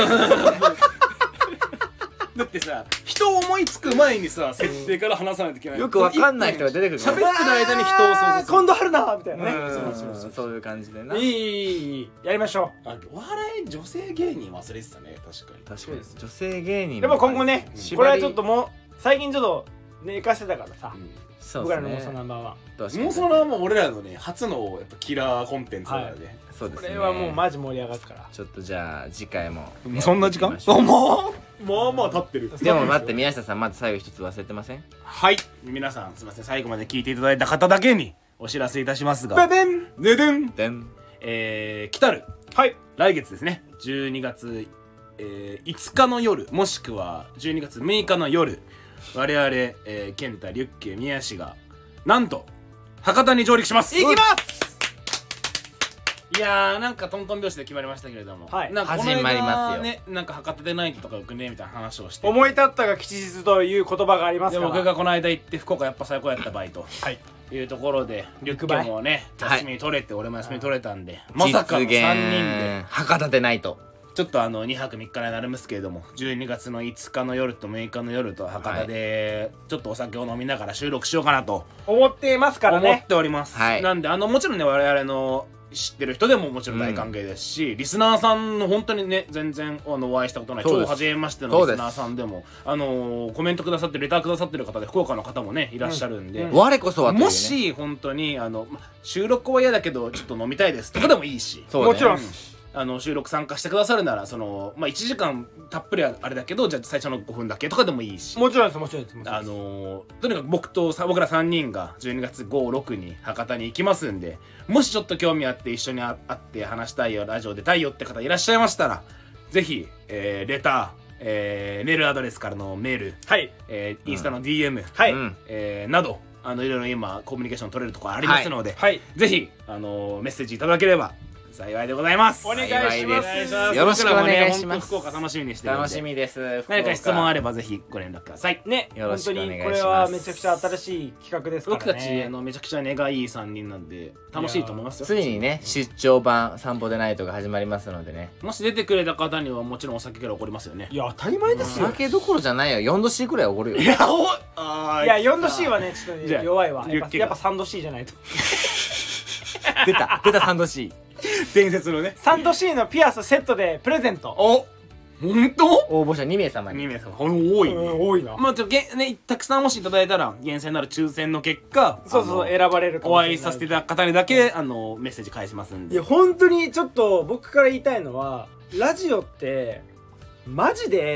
だってさ人を思いつく前にさ設定から話さないといけないよく分かんない人が出てくる喋ってる間に人を想像する今度春だみたいなね。 うんそうそうそうそういう感じでないいいいいいいやりましょあお笑い女性芸人忘れてたね確かに確かに女性芸人う。やっぱ今後ねうんこれはちょっともう最近ちょっと寝かせてたからさそう僕らのですね妄想ナンバーワン。 確かにもうそのもう俺らのね初のやっぱキラーコンテンツだからね、 そうですねこれはもうマジ盛り上がるから。 ちょっとじゃあ次回もそんな時間やっていきましょうまあまあまあ経ってるでも待って宮下さんまず最後一つ忘れてませんはい皆さんすいません最後まで聞いていただいた方だけにお知らせいたしますベがベンででんでんえー、来たるはい来月ですねじゅうにがつ、えー、いつかの夜もしくはじゅうにがつむいかの夜我々、えー、健太リュッケ宮氏がなんと博多に上陸しますいきますいやーなんかトントン拍子で決まりましたけれども、 はいなんかこの間始まりますよねなんか博多でナイトとか行くねみたいな話をして思い立ったが吉日という言葉がありますでから。 僕がこの間行って福岡やっぱ最高やったバイトはいいうところでリュッケもねはい休み取れて、俺も休み取れたんでまさかのさんにん実で現博多でないとちょっとあのにはくみっかになりますけれどもじゅうにがつのいつかの夜とむいかの夜と博多でちょっとお酒を飲みながら収録しようかなと思っていますから思っね。 ております、 はいなんであのもちろんね我々の知ってる人でももちろん大歓迎ですし、リスナーさんの本当にね全然あのお会いしたことないそうです超初めましてのそうですリスナーさんでもあのーコメントくださってるレターくださってる方で福岡の方もねいらっしゃるんで、 うん我こそはというねもし本当にあのま収録は嫌だけどちょっと飲みたいですとかでもいいしそうねもちろんうんあの収録参加してくださるならその、まあ、いちじかんたっぷりはあれだけどじゃあ最初のごふんだけとかでもいいしもちろんですもちろんですもちろんあです。 のーとにかく僕とさ僕らさんにんがじゅうにがつご、ろくに博多に行きますんでもしちょっと興味あって一緒に会って話したいよラジオ出たいよって方いらっしゃいましたらぜひ、えーレター、えーメールアドレスからのメール、 はいえーインスタの ディーエム、 はいうんえーなどあのいろいろ今コミュニケーション取れるところありますので、 はい。 ぜひ、あのーメッセージいただければ幸いでございます。 お願いし幸いま。 ですすますよろしくお願いします僕らもね本当福岡楽しみにしてるんで楽しみです何か質問あれればぜひご連絡ください。 ね、 よろ本当しくお願いしますにこれはめちゃくちゃ新しい企画ですからね。 僕たちあのめちゃくちゃ根がいいさんにんなんで楽しいと思いますよ。 ついにね出張版散歩でナイトが始まりますのでねもし出てくれた方にはもちろんお酒から怒りますよね。 いや当たり前ですよ。 酒どころじゃないよ よんど C くらいおごるよいやおあーいや よんど シー はねちょっとじゃあね弱いわ。やっぱユッケがやっぱさんど シー じゃないと。 出た出た さんど C 伝説のね。 さんど シー のピアスセットでプレゼント。 お本当？ 応募者にめいさまにに名様多いうんね。 多いな。 まあちょっとげねたくさんもしいただいたら厳選なる抽選の結果そうそうあの選ばれるかもしれないお会いさせていただく方にだけあのメッセージ返しますんで。 いや本当にちょっと僕から言いたいのはラジオってマジで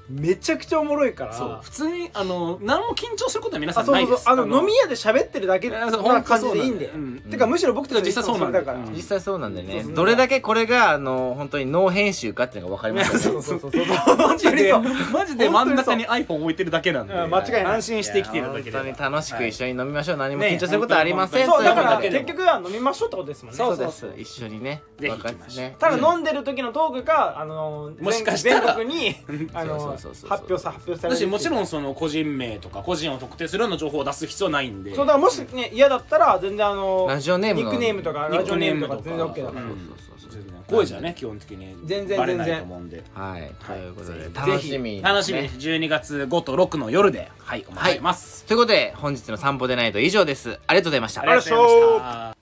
めちゃくちゃおもろいから。 そう普通にあの何も緊張することは皆さあそうそうんないです。 そうあの飲み屋で喋ってるだけいやそうな感じほんとそうなんだよでいいんで、 うんてかむしろ僕たち実際そうなんだよだから、 うん実際そうなんでねそうそうどれだけこれがあの本当にノー編集かっていうのが分かりますよねそうそうそうそうマジで本マジで真ん中に iPhone 置いてるだけなんで、 うん間違いない安心して生きてるだけで本当に楽しく一緒に飲みましょう、何もね緊張することはありません、 そうだからということで結局は飲みましょうってことですもんね。 そうです一緒にねぜひ行きましょう分かってねただ飲んでる時のトークがあのもしかしたら全国にあのそうそうそうそう発表さ発表されるだしもちろんんその個人名とか個人を特定するような情報を出す必要はないんでそうだからもしね嫌だったら全然あのラジオネームのニックネームとかラジオネームとか全然 OK だから、 うんそうそうそう声じゃね基本的に全然バレないと思うんではいということでぜひ楽しみ楽しみですじゅうにがつごとろくの夜ではいお待ちしてます、 ということで本日の散歩でないと以上ですありがとうございましたありがとうございました。